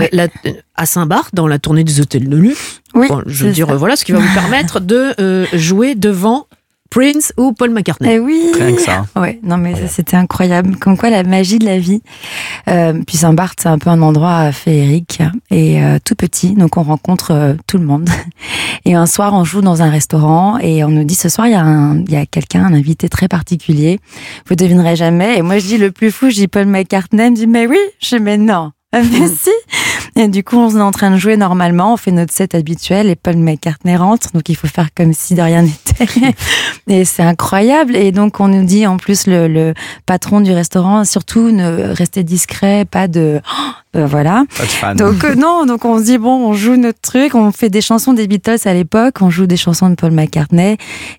à Saint-Barth, dans la tournée des hôtels de luxe. Oui, je veux dire, voilà, ce qui va vous permettre de jouer devant Prince ou Paul McCartney. Oui. Rien que ça. Ouais, non mais ça, c'était incroyable. Comme quoi la magie de la vie. Puis Saint-Barth, c'est un peu un endroit féerique et tout petit, donc on rencontre tout le monde. Et un soir, on joue dans un restaurant et on nous dit ce soir il y a quelqu'un, un invité très particulier. Vous devinerez jamais. Et moi je dis le plus fou, je dis Paul McCartney. Elle me dit mais oui. Je dis mais non. Mais si. Et du coup, on est en train de jouer normalement, on fait notre set habituel et Paul McCartney rentre, donc il faut faire comme si de rien n'était. Et c'est incroyable. Et donc, on nous dit en plus, le patron du restaurant, surtout, ne restez discret, pas de... voilà. Pas de fan. Donc, non, donc on se dit, bon, on joue notre truc, on fait des chansons des Beatles à l'époque, on joue des chansons de Paul McCartney.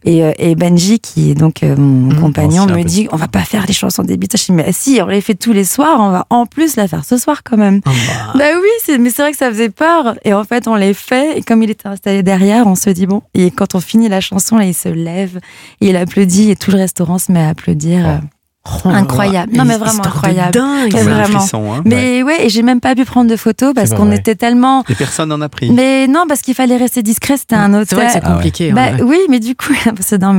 Et Benji, qui est donc mon compagnon, me dit, on va pas faire les chansons des Beatles. Je dis, mais si, on les fait tous les soirs, on va en plus la faire ce soir quand même. Bah oui, mais c'est vrai que ça faisait peur. Et en fait, on les fait. Et comme il était installé derrière, on se dit bon. Et quand on finit la chanson, là, il se lève, il applaudit et tout le restaurant se met à applaudir. Incroyable. Non mais vraiment incroyable. Dingue. Vraiment. Frisson, hein. Mais ouais, et j'ai même pas pu prendre de photos parce qu'on était tellement. Et personne n'en a pris. Mais non, parce qu'il fallait rester discret. C'était un hôtel. C'est vrai que c'est compliqué. Oui, mais du coup, c'est dans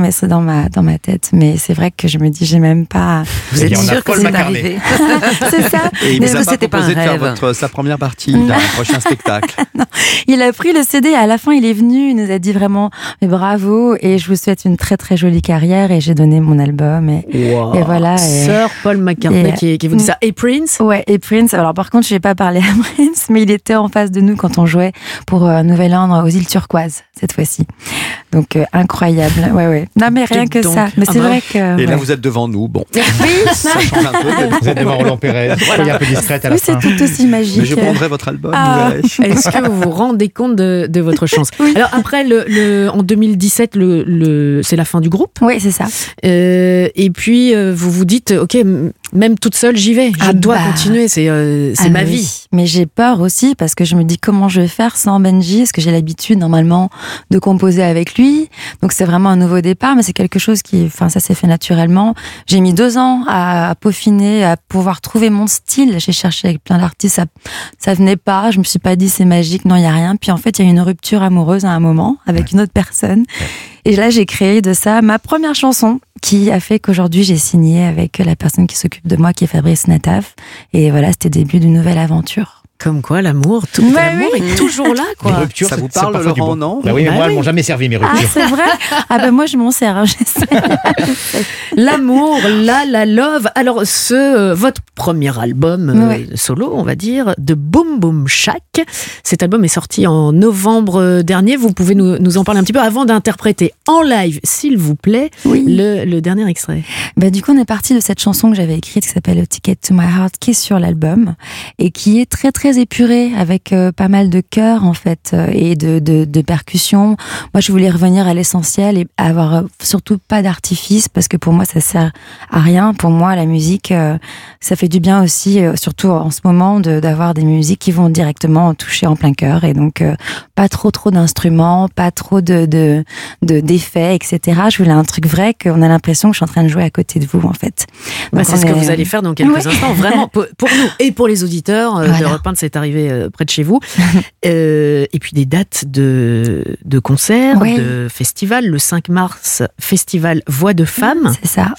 ma tête. Mais c'est vrai que je me dis, j'ai même pas. Vous êtes sûr que c'est arrivé. C'est ça. Et il vous a pas proposé de faire sa première partie d'un prochain spectacle. Non, il a pris le CD et à la fin, il est venu. Il nous a dit vraiment, mais bravo. Et je vous souhaite une très très jolie carrière. Et j'ai donné mon album. Et voilà. Sir Paul McCartney qui vous dit ça. Et Prince? Ouais, et Prince. Alors par contre, je n'ai pas parlé à Prince, mais il était en face de nous quand on jouait pour Nouvel-An aux îles Turquoises, cette fois-ci. Donc incroyable. Ouais. Non mais rien que ça. Mais c'est vrai que... Et là, vous êtes devant nous. Bon. Oui. Ça change un peu. Vous êtes devant Roland Pérez. Soyez un peu discrète à la fin. Oui, c'est tout aussi magique. Mais je prendrai votre album. Est-ce que vous vous rendez compte de votre chance? Alors après, en 2017, c'est la fin du groupe. Oui, c'est ça. Et puis, vous vous dites, ok, même toute seule, j'y vais. Je dois continuer. C'est ma vie. Mais j'ai peur aussi parce que je me dis comment je vais faire sans Benji. Est-ce que j'ai l'habitude normalement de composer avec lui? Donc c'est vraiment un nouveau départ, mais c'est quelque chose ça s'est fait naturellement. J'ai mis 2 ans à peaufiner, à pouvoir trouver mon style. J'ai cherché avec plein d'artistes, ça venait pas. Je me suis pas dit c'est magique, non, il y a rien. Puis en fait, il y a eu une rupture amoureuse à un moment avec une autre personne. Et là, j'ai créé de ça ma première chanson qui a fait qu'aujourd'hui, j'ai signé avec la personne qui s'occupe de moi, qui est Fabrice Nataf. Et voilà, c'était le début d'une nouvelle aventure. Comme quoi, l'amour est toujours là, quoi. Les ruptures, ça vous parle, Laurent, non? Oui, mais moi, elles m'ont jamais servi, mes ruptures. Ah, c'est vrai? Moi, je m'en sers, L'amour, la love. Alors, votre premier album solo, on va dire, de Boom Boom Shack. Cet album est sorti en novembre dernier. Vous pouvez nous en parler un petit peu avant d'interpréter en live, s'il vous plaît, le dernier extrait. Du coup, on est parti de cette chanson que j'avais écrite qui s'appelle Ticket to My Heart, qui est sur l'album et qui est très, très épurée avec pas mal de chœurs, en fait, et de percussions. Moi, je voulais revenir à l'essentiel et avoir surtout pas d'artifice parce que pour moi, ça sert à rien. Pour moi, la musique, ça fait du bien aussi, surtout en ce moment, d'avoir des musiques qui vont directement toucher en plein cœur et donc pas trop d'instruments, pas trop d'effets, etc. Je voulais un truc vrai qu'on a l'impression que je suis en train de jouer à côté de vous, en fait. C'est ce que vous allez faire dans quelques instants, vraiment, pour nous et pour les auditeurs d'Europe 1, c'est arrivé près de chez vous. Et puis des dates de concerts, de festivals. Le 5 mars, festival Voix de Femmes. C'est ça,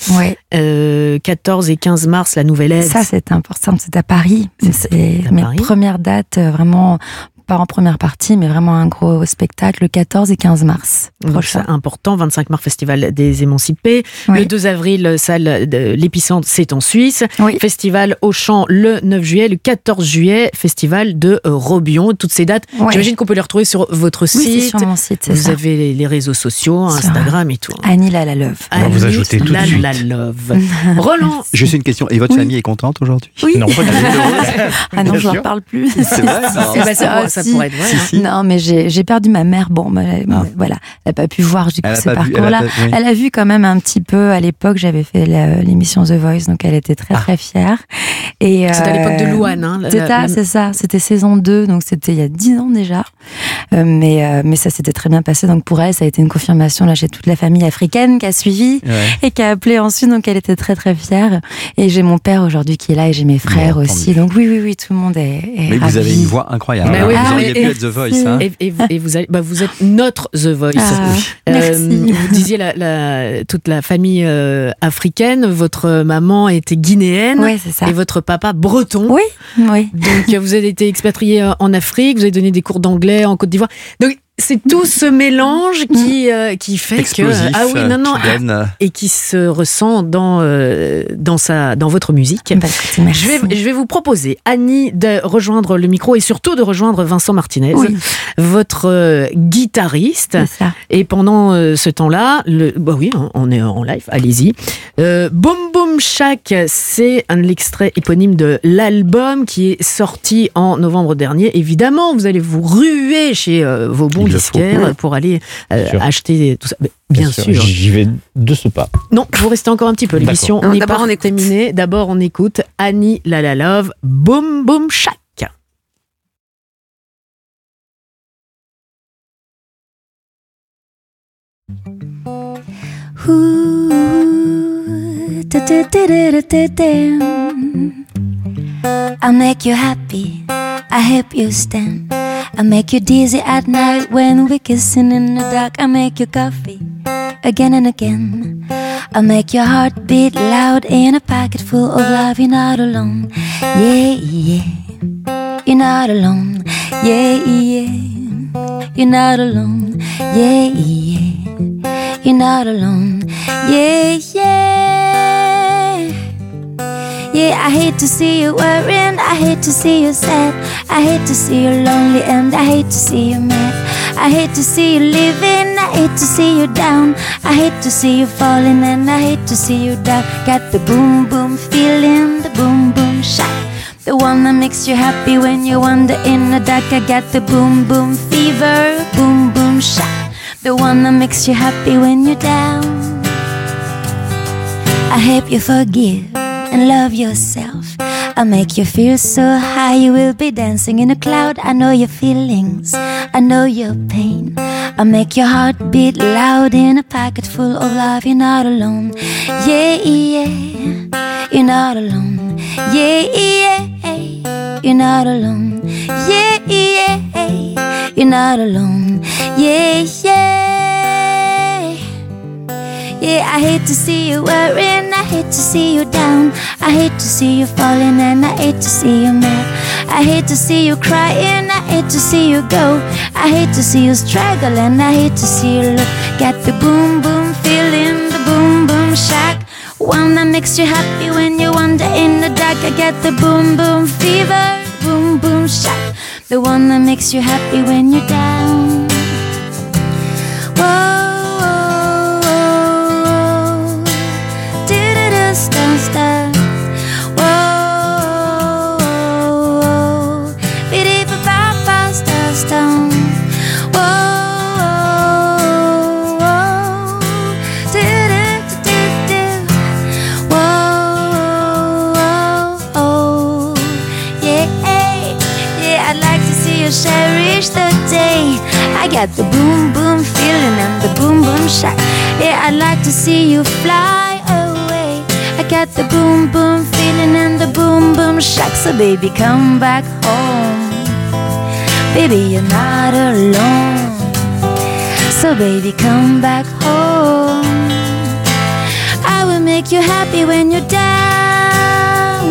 14 et 15 mars, la Nouvelle Aide. Ça, c'est important, c'est à Paris. C'est mes premières dates, vraiment... pas en première partie, mais vraiment un gros spectacle le 14 et 15 mars prochain. C'est important, 25 mars, Festival des Émancipés. Le 2 avril, salle de l'Épicentre, c'est en Suisse. Festival Auchan le 9 juillet. Le 14 juillet, Festival de Robion. Toutes ces dates, j'imagine qu'on peut les retrouver sur votre site. Oui, c'est sur mon site, Vous avez les réseaux sociaux, Instagram et tout. Annie Lalalove. Vous ajoutez tout de suite. Lalalove. Roland. Juste une question. Et votre famille est contente aujourd'hui? Oui. Non, pas du tout. Ah non, je n'en parle plus. C'est vrai? Ça pourrait être vrai. Non, mais j'ai perdu ma mère. Bon, voilà, elle n'a pas pu voir du coup ce parcours-là. Elle a vu quand même un petit peu. À l'époque, j'avais fait l'émission The Voice, donc elle était très très fière. C'était à l'époque de Louane. C'est ça. C'était saison 2, donc c'était il y a 10 ans déjà. Mais ça s'était très bien passé. Donc pour elle, ça a été une confirmation. Là, j'ai toute la famille africaine qui a suivi et qui a appelé ensuite. Donc elle était très très fière. Et j'ai mon père aujourd'hui qui est là et j'ai mes frères aussi. Donc oui, tout le monde est mais ravi. Vous avez une voix incroyable. Vous auriez pu être The Voice. Hein. Et vous êtes notre The Voice. Merci. Vous disiez toute la famille africaine. Votre maman était guinéenne. Oui, c'est ça. Et votre papa breton. Oui. Donc vous avez été expatrié en Afrique. Vous avez donné des cours d'anglais en Côte d'Ivoire. Donc c'est tout ce mélange qui fait explosif, et qui se ressent dans votre musique. Merci. Je vais vous proposer, Annie, de rejoindre le micro et surtout de rejoindre Vincent Martinez, votre guitariste. Et pendant ce temps-là, on est en live, allez-y. Boom Boom Shack, c'est un extrait éponyme de l'album qui est sorti en novembre dernier. Évidemment, vous allez vous ruer chez vos bons disquaires pour aller acheter tout ça. Bien sûr. J'y vais de ce pas. Non, vous restez encore un petit peu. L'émission n'est pas terminée. D'abord, on écoute Annie Lalalove, Boom Boom Shack. I'll make you happy, I help you stand. I make you dizzy at night when we're kissing in the dark. I make you coffee again and again. I make your heart beat loud in a pocket full of love. You're not alone, yeah. You're not alone, yeah. You're not alone, yeah. You're not alone, yeah. Yeah, I hate to see you worrying, I hate to see you sad, I hate to see you lonely and I hate to see you mad. I hate to see you living, I hate to see you down, I hate to see you falling and I hate to see you down. Got the boom boom feeling, the boom boom shock, the one that makes you happy when you wander in the dark. I got the boom boom fever, boom boom shock, the one that makes you happy when you're down. I hope you forgive and love yourself. I'll make you feel so high, you will be dancing in a cloud. I know your feelings, I know your pain. I'll make your heart beat loud in a pocket full of love. You're not alone, yeah, yeah. You're not alone, yeah, yeah. You're not alone, yeah, yeah. You're not alone, yeah, yeah. Yeah, I hate to see you worrying, I hate to see you down, I hate to see you falling and I hate to see you mad. I hate to see you crying, I hate to see you go, I hate to see you struggle and I hate to see you look. Got the boom boom feeling, the boom boom shock, one that makes you happy when you wander in the dark. I got the boom boom fever, boom boom shock, the one that makes you happy when you're down. Whoa. Stop, stop. Whoa, biddy ba ba ba, stop, stop. Whoa, do do do do. Whoa, yeah, yeah. I'd like to see you cherish the day. I got the boom boom feeling and the boom boom shock. Yeah, I'd like to see you fly. I got the boom boom feeling and the boom boom shock. So baby, come back home. Baby, you're not alone. So baby, come back home. I will make you happy when you're down.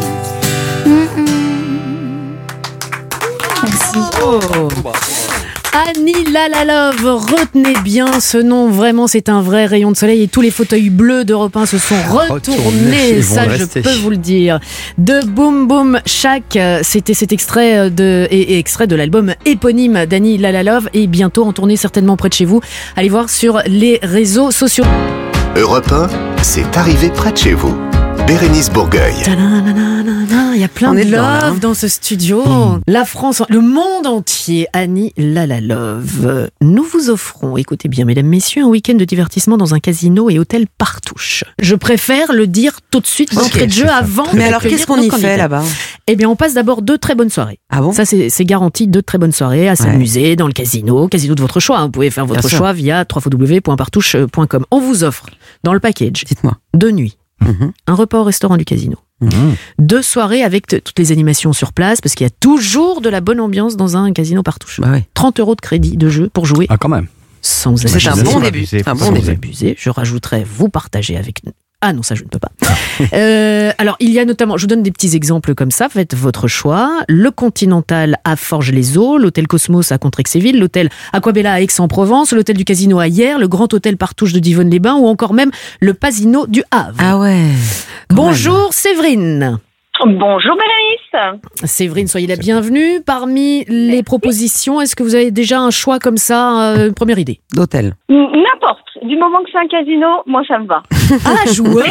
Merci. Oh. Annie Lalalove, retenez bien ce nom, vraiment c'est un vrai rayon de soleil et tous les fauteuils bleus d'Europe 1 se sont retournés, ça je peux vous le dire. De Boom Boom Shack, c'était cet extrait extrait de l'album éponyme d'Annie Lalalove et bientôt en tournée certainement près de chez vous. Allez voir sur les réseaux sociaux. Europe 1, c'est arrivé près de chez vous. Bérénice Bourgueil. Il y a plein de love dans ce studio. La France, le monde entier, Annie Lalalove. Nous vous offrons, écoutez bien mesdames, messieurs, un week-end de divertissement dans un casino et hôtel Partouche. Je préfère le dire tout de suite d'entrée de jeu avant. Mais alors qu'est-ce qu'on y fait là-bas ? Eh bien on passe d'abord 2 très bonnes soirées. Ah bon ? Ça c'est garanti, 2 très bonnes soirées à s'amuser dans le casino de votre choix. Vous pouvez faire votre choix via www.partouche.com. On vous offre dans le package 2 nuits. Un repas au restaurant du casino. 2 soirées avec toutes les animations sur place, parce qu'il y a toujours de la bonne ambiance dans un casino Partouche. 30 € de crédit de jeu pour jouer. Ah, quand même. Sans abuser. C'est un bon début. Sans abuser. Je rajouterais, vous partagez avec nous. Ah non, ça je ne peux pas. Alors, il y a notamment, je vous donne des petits exemples comme ça, faites votre choix. Le Continental à Forges-les-Eaux, l'hôtel Cosmos à Contrexéville, l'hôtel Aquabella à Aix-en-Provence, l'hôtel du Casino à Hyères, le Grand Hôtel Partouche de Divonne-les-Bains ou encore même le Pasino du Havre. Ah ouais. Bonjour Séverine. Bonjour Bérénice. Séverine, soyez la bienvenue. Parmi les propositions, est-ce que vous avez déjà un choix comme ça, première idée ? D'hôtel. N'importe. Du moment que c'est un casino, moi ça me va. Ah, joueuse.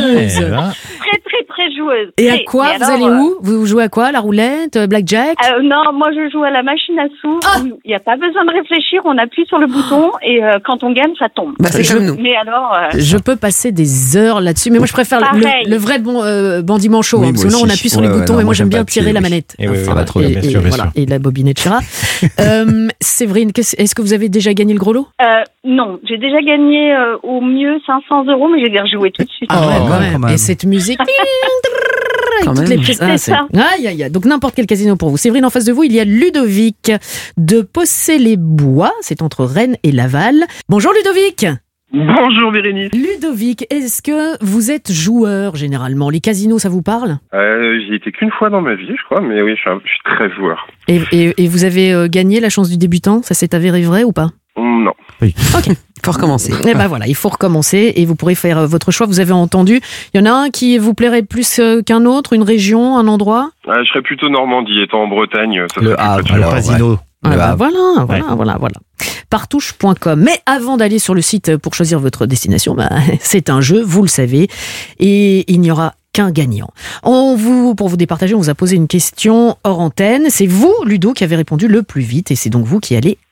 Très joueuse. Et à quoi vous allez où ? Vous jouez à quoi ? La roulette, blackjack ? Non, moi je joue à la machine à sous. Il n'y a pas besoin de réfléchir, on appuie sur le bouton et quand on gagne, ça tombe. Bah, c'est comme nous. Mais alors, je peux passer des heures là-dessus, mais moi je préfère le vrai bandit manchot, parce que là on appuie sur les boutons et moi j'aime bien tirer la manette. Et ça va trop bien sûr. Et la bobinette Chira. Séverine, est-ce que vous avez déjà gagné le gros lot ? Non, j'ai déjà gagné au mieux 500 €, mais j'ai dû rejouer tout de suite. Ah ouais, quand même. Et cette musique... Avec toutes les prises. C'est ça. Aïe. Donc n'importe quel casino pour vous. Séverine, en face de vous, il y a Ludovic de Possé-les-Bois. C'est entre Rennes et Laval. Bonjour Ludovic. Bonjour Bérénice. Ludovic, est-ce que vous êtes joueur généralement ? Les casinos, ça vous parle ? J'y étais qu'une fois dans ma vie, je crois, mais oui, je suis très joueur. Et vous avez gagné la chance du débutant ? Ça s'est avéré vrai ou pas ? Non. Oui. Ok. Il faut recommencer. Et ben voilà, il faut recommencer et vous pourrez faire votre choix. Vous avez entendu. Il y en a un qui vous plairait plus qu'un autre, une région, un endroit ? Je serais plutôt Normandie, étant en Bretagne. Ça le Havre, le Casino. Voilà. Partouche.com. Mais avant d'aller sur le site pour choisir votre destination, c'est un jeu, vous le savez, et il n'y aura qu'un gagnant. Pour vous départager, on vous a posé une question hors antenne. C'est vous, Ludo, qui avez répondu le plus vite, et c'est donc vous qui allez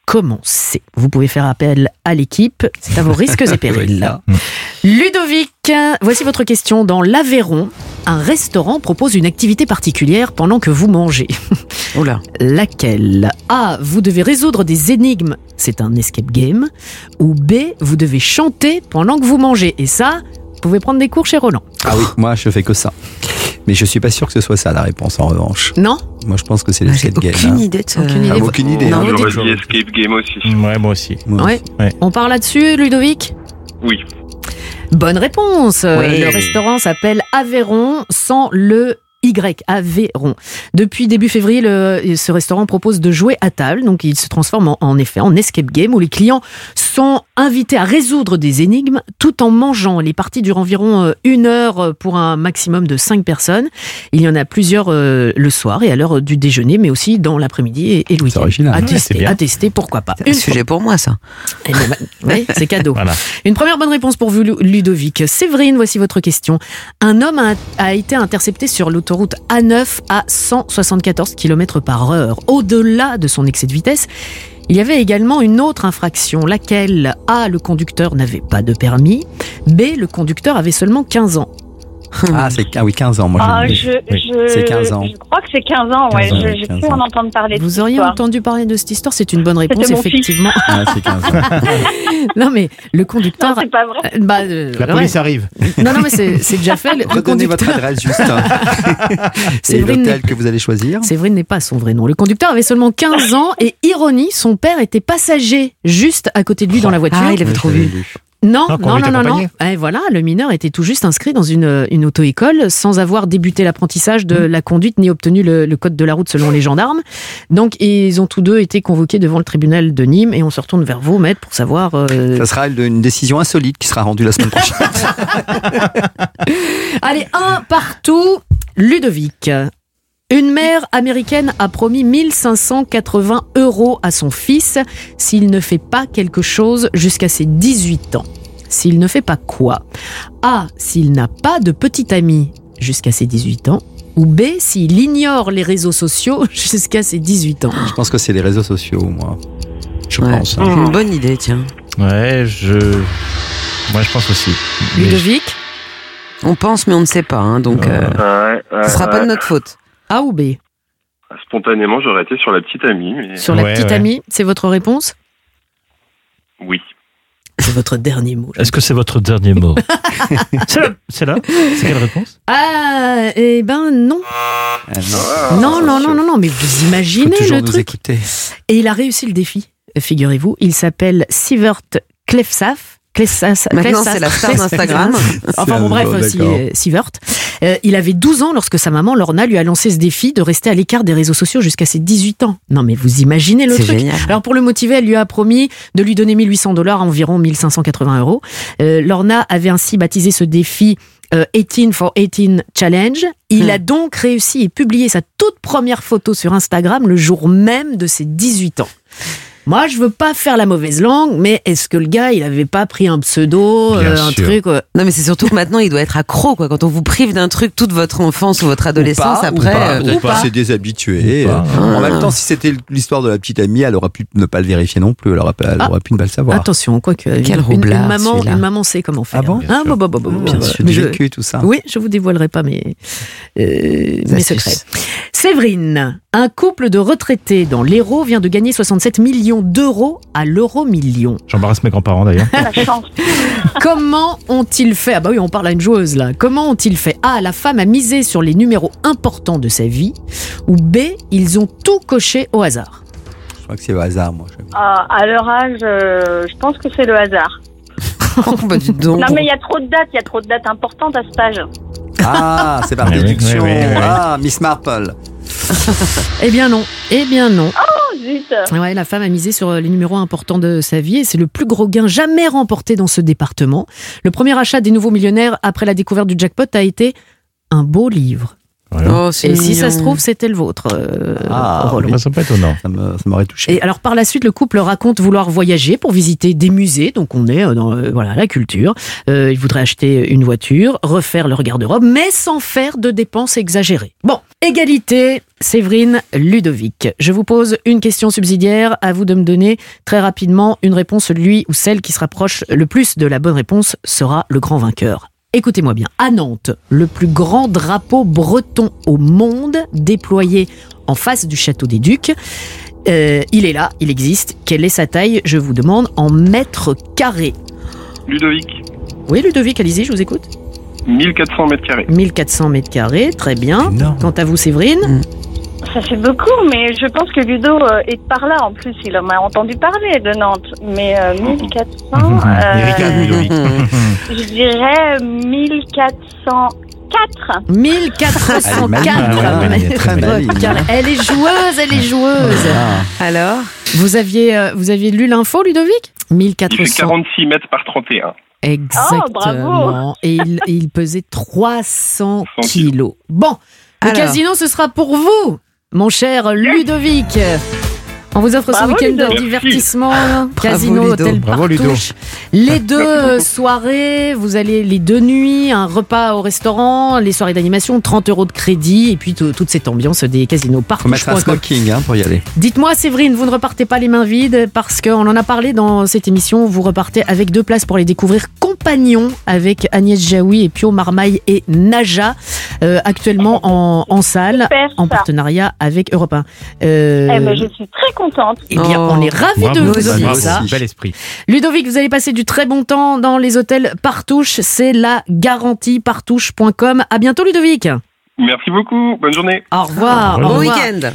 commencer. Vous pouvez faire appel à l'équipe, c'est à vos risques et périls. Ludovic, voici votre question. Dans l'Aveyron, un restaurant propose une activité particulière pendant que vous mangez. Oula. Laquelle? A. Vous devez résoudre des énigmes, c'est un escape game. Ou B. Vous devez chanter pendant que vous mangez. Et ça, vous pouvez prendre des cours chez Roland. Ah oui, moi je fais que ça. Mais je suis pas sûr que ce soit ça la réponse en revanche. Non? Moi je pense que c'est l'escape game. Aucune idée de ça. Aucune idée. Non, j'aurais dit escape game aussi. Ouais, moi aussi. Ouais. On part là-dessus, Ludovic? Oui. Bonne réponse. Oui. Le restaurant s'appelle Aveyron sans le Y, Aveyron. Depuis début février, ce restaurant propose de jouer à table, donc il se transforme en effet en escape game où les clients sont invités à résoudre des énigmes tout en mangeant. Les parties durent environ 1 heure pour un maximum de 5 personnes. Il y en a plusieurs le soir et à l'heure du déjeuner, mais aussi dans l'après-midi et le week-end. C'est original. À tester, pourquoi pas. C'est un sujet pour moi, ça. Oui, c'est cadeau. Voilà. Une première bonne réponse pour vous, Ludovic. Séverine, voici votre question. Un homme a été intercepté sur l'autoroute A9 à 174 km/h. Au-delà de son excès de vitesse, il y avait également une autre infraction, laquelle A. Le conducteur n'avait pas de permis, B. Le conducteur avait seulement 15 ans. Ah oui, 15 ans. Moi, c'est 15 ans. Je crois que c'est 15 ans, ouais. J'ai pu en entendre parler. Vous auriez entendu parler de cette histoire, c'est une bonne réponse, effectivement. C'est 15 ans. Non, mais le conducteur. Non, c'est pas vrai. La police arrive. Non, mais c'est déjà fait. Redonnez votre adresse juste. Et l'hôtel que vous allez choisir. Séverine n'est pas son vrai nom. Le conducteur avait seulement 15 ans et, ironie, son père était passager juste à côté de lui dans la voiture. Ah, il avait trop vu. Non. Et voilà, le mineur était tout juste inscrit dans une auto-école sans avoir débuté l'apprentissage de la conduite ni obtenu le code de la route selon les gendarmes. Donc, ils ont tous deux été convoqués devant le tribunal de Nîmes et on se retourne vers vous, maître, pour savoir... Ça sera une décision insolite qui sera rendue la semaine prochaine. Allez, un partout. Ludovic. Une mère américaine a promis 1 580 € à son fils s'il ne fait pas quelque chose jusqu'à ses 18 ans. S'il ne fait pas quoi? A. S'il n'a pas de petit ami jusqu'à ses 18 ans. Ou B. S'il ignore les réseaux sociaux jusqu'à ses 18 ans. Je pense que c'est les réseaux sociaux, moi. Je pense. C'est une bonne idée, tiens. Ouais, moi je pense aussi. Ludovic? On pense, mais on ne sait pas, hein, donc ce sera pas de notre faute. A ou B? Spontanément, j'aurais été sur la petite amie. Mais... Sur la petite amie, c'est votre réponse? Oui. C'est votre dernier mot. Est-ce que c'est votre dernier mot? C'est là. C'est quelle réponse? Ah, eh ben non. Non, mais vous imaginez le truc. Écouter. Et il a réussi le défi, figurez-vous. Il s'appelle Sivert Klefsaf. Maintenant, c'est la star d'Instagram. Enfin bon, bref, Sivert. Il avait 12 ans lorsque sa maman, Lorna, lui a lancé ce défi de rester à l'écart des réseaux sociaux jusqu'à ses 18 ans. Non, mais vous imaginez le truc. Génial. Alors, pour le motiver, elle lui a promis de lui donner $1 800, environ 1 580 €. Lorna avait ainsi baptisé ce défi 18 for 18 Challenge. Il a donc réussi et publié sa toute première photo sur Instagram le jour même de ses 18 ans. Moi, je veux pas faire la mauvaise langue, mais est-ce que le gars, il avait pas pris un pseudo, un truc Non, mais c'est surtout que maintenant, il doit être accro, quoi. Quand on vous prive d'un truc toute votre enfance ou votre adolescence, après... Peut-être pas, c'est déshabitué. En même temps, si c'était l'histoire de la petite amie, elle aurait pu ne pas le vérifier non plus. Elle aurait pu ne pas le savoir. Attention, quoique une maman sait comment faire. Ah bon? Bien sûr. Du vécu, tout ça. Oui, je vous dévoilerai pas mes secrets. Séverine, un couple de retraités dans l'Hérault vient de gagner 67 millions d'euros à l'euro-million. J'embarrasse mes grands-parents d'ailleurs. Comment ont-ils fait? Ah bah oui, on parle à une joueuse là. Comment ont-ils fait? A. La femme a misé sur les numéros importants de sa vie. Ou B. Ils ont tout coché au hasard. Je crois que c'est au hasard, moi. À leur âge, je pense que c'est le hasard. Bah, dis donc. Non, mais il y a trop de dates importantes à cet âge. Ah, c'est par déduction. Ah, Miss Marple. Eh bien non. Oh, zut. Ouais, la femme a misé sur les numéros importants de sa vie et c'est le plus gros gain jamais remporté dans ce département. Le premier achat des nouveaux millionnaires après la découverte du jackpot a été un beau livre. Oh, et si ça se trouve, c'était le vôtre, Roland. Ça peut être étonnant. Ça m'aurait touché. Et alors, par la suite, le couple raconte vouloir voyager pour visiter des musées. Donc, on est dans la culture. Ils voudraient acheter une voiture, refaire leur garde-robe, mais sans faire de dépenses exagérées. Bon, égalité, Séverine, Ludovic. Je vous pose une question subsidiaire. À vous de me donner très rapidement une réponse. Celui ou celle qui se rapproche le plus de la bonne réponse sera le grand vainqueur. Écoutez-moi bien, à Nantes, le plus grand drapeau breton au monde, déployé en face du château des Ducs. Il est là, il existe. Quelle est sa taille, je vous demande, en mètres carrés? Ludovic. Oui, Ludovic, allez-y, je vous écoute. 1400 mètres carrés. 1400 mètres carrés, très bien. Énorme. Quant à vous, Séverine? Ça fait beaucoup, mais je pense que Ludo est par là. En plus, il en a entendu parler de Nantes. Mais 1400... je dirais 1404. 1404. Elle est joueuse. Alors, vous aviez lu l'info, Ludovic? 1400. Il fait 46 mètres par 31. Exactement. Oh, bravo. Et il pesait 300 kilos. Bon, le casino, ce sera pour vous, mon cher Ludovic. On vous offre ce week-end de divertissement, casino, hôtel Partouche. Les 2 soirées, vous allez les 2 nuits, un repas au restaurant, les soirées d'animation, 30 € de crédit, et puis toute cette ambiance des casinos Partouche. Faut mettre un smoking pour y aller. Dites-moi, Séverine, vous ne repartez pas les mains vides, parce qu'on en a parlé dans cette émission, vous repartez avec 2 places pour aller découvrir Compagnon avec Agnès Jaoui et Pio Marmaille et Naja, actuellement en salle, en partenariat avec Europe 1. Je suis très contente. Eh bien, on est ravis de vous donner ça. Bel esprit. Ludovic, vous allez passer du très bon temps dans les hôtels Partouche. C'est la garantie partouche.com. À bientôt, Ludovic. Merci beaucoup. Bonne journée. Au revoir. Bon week-end.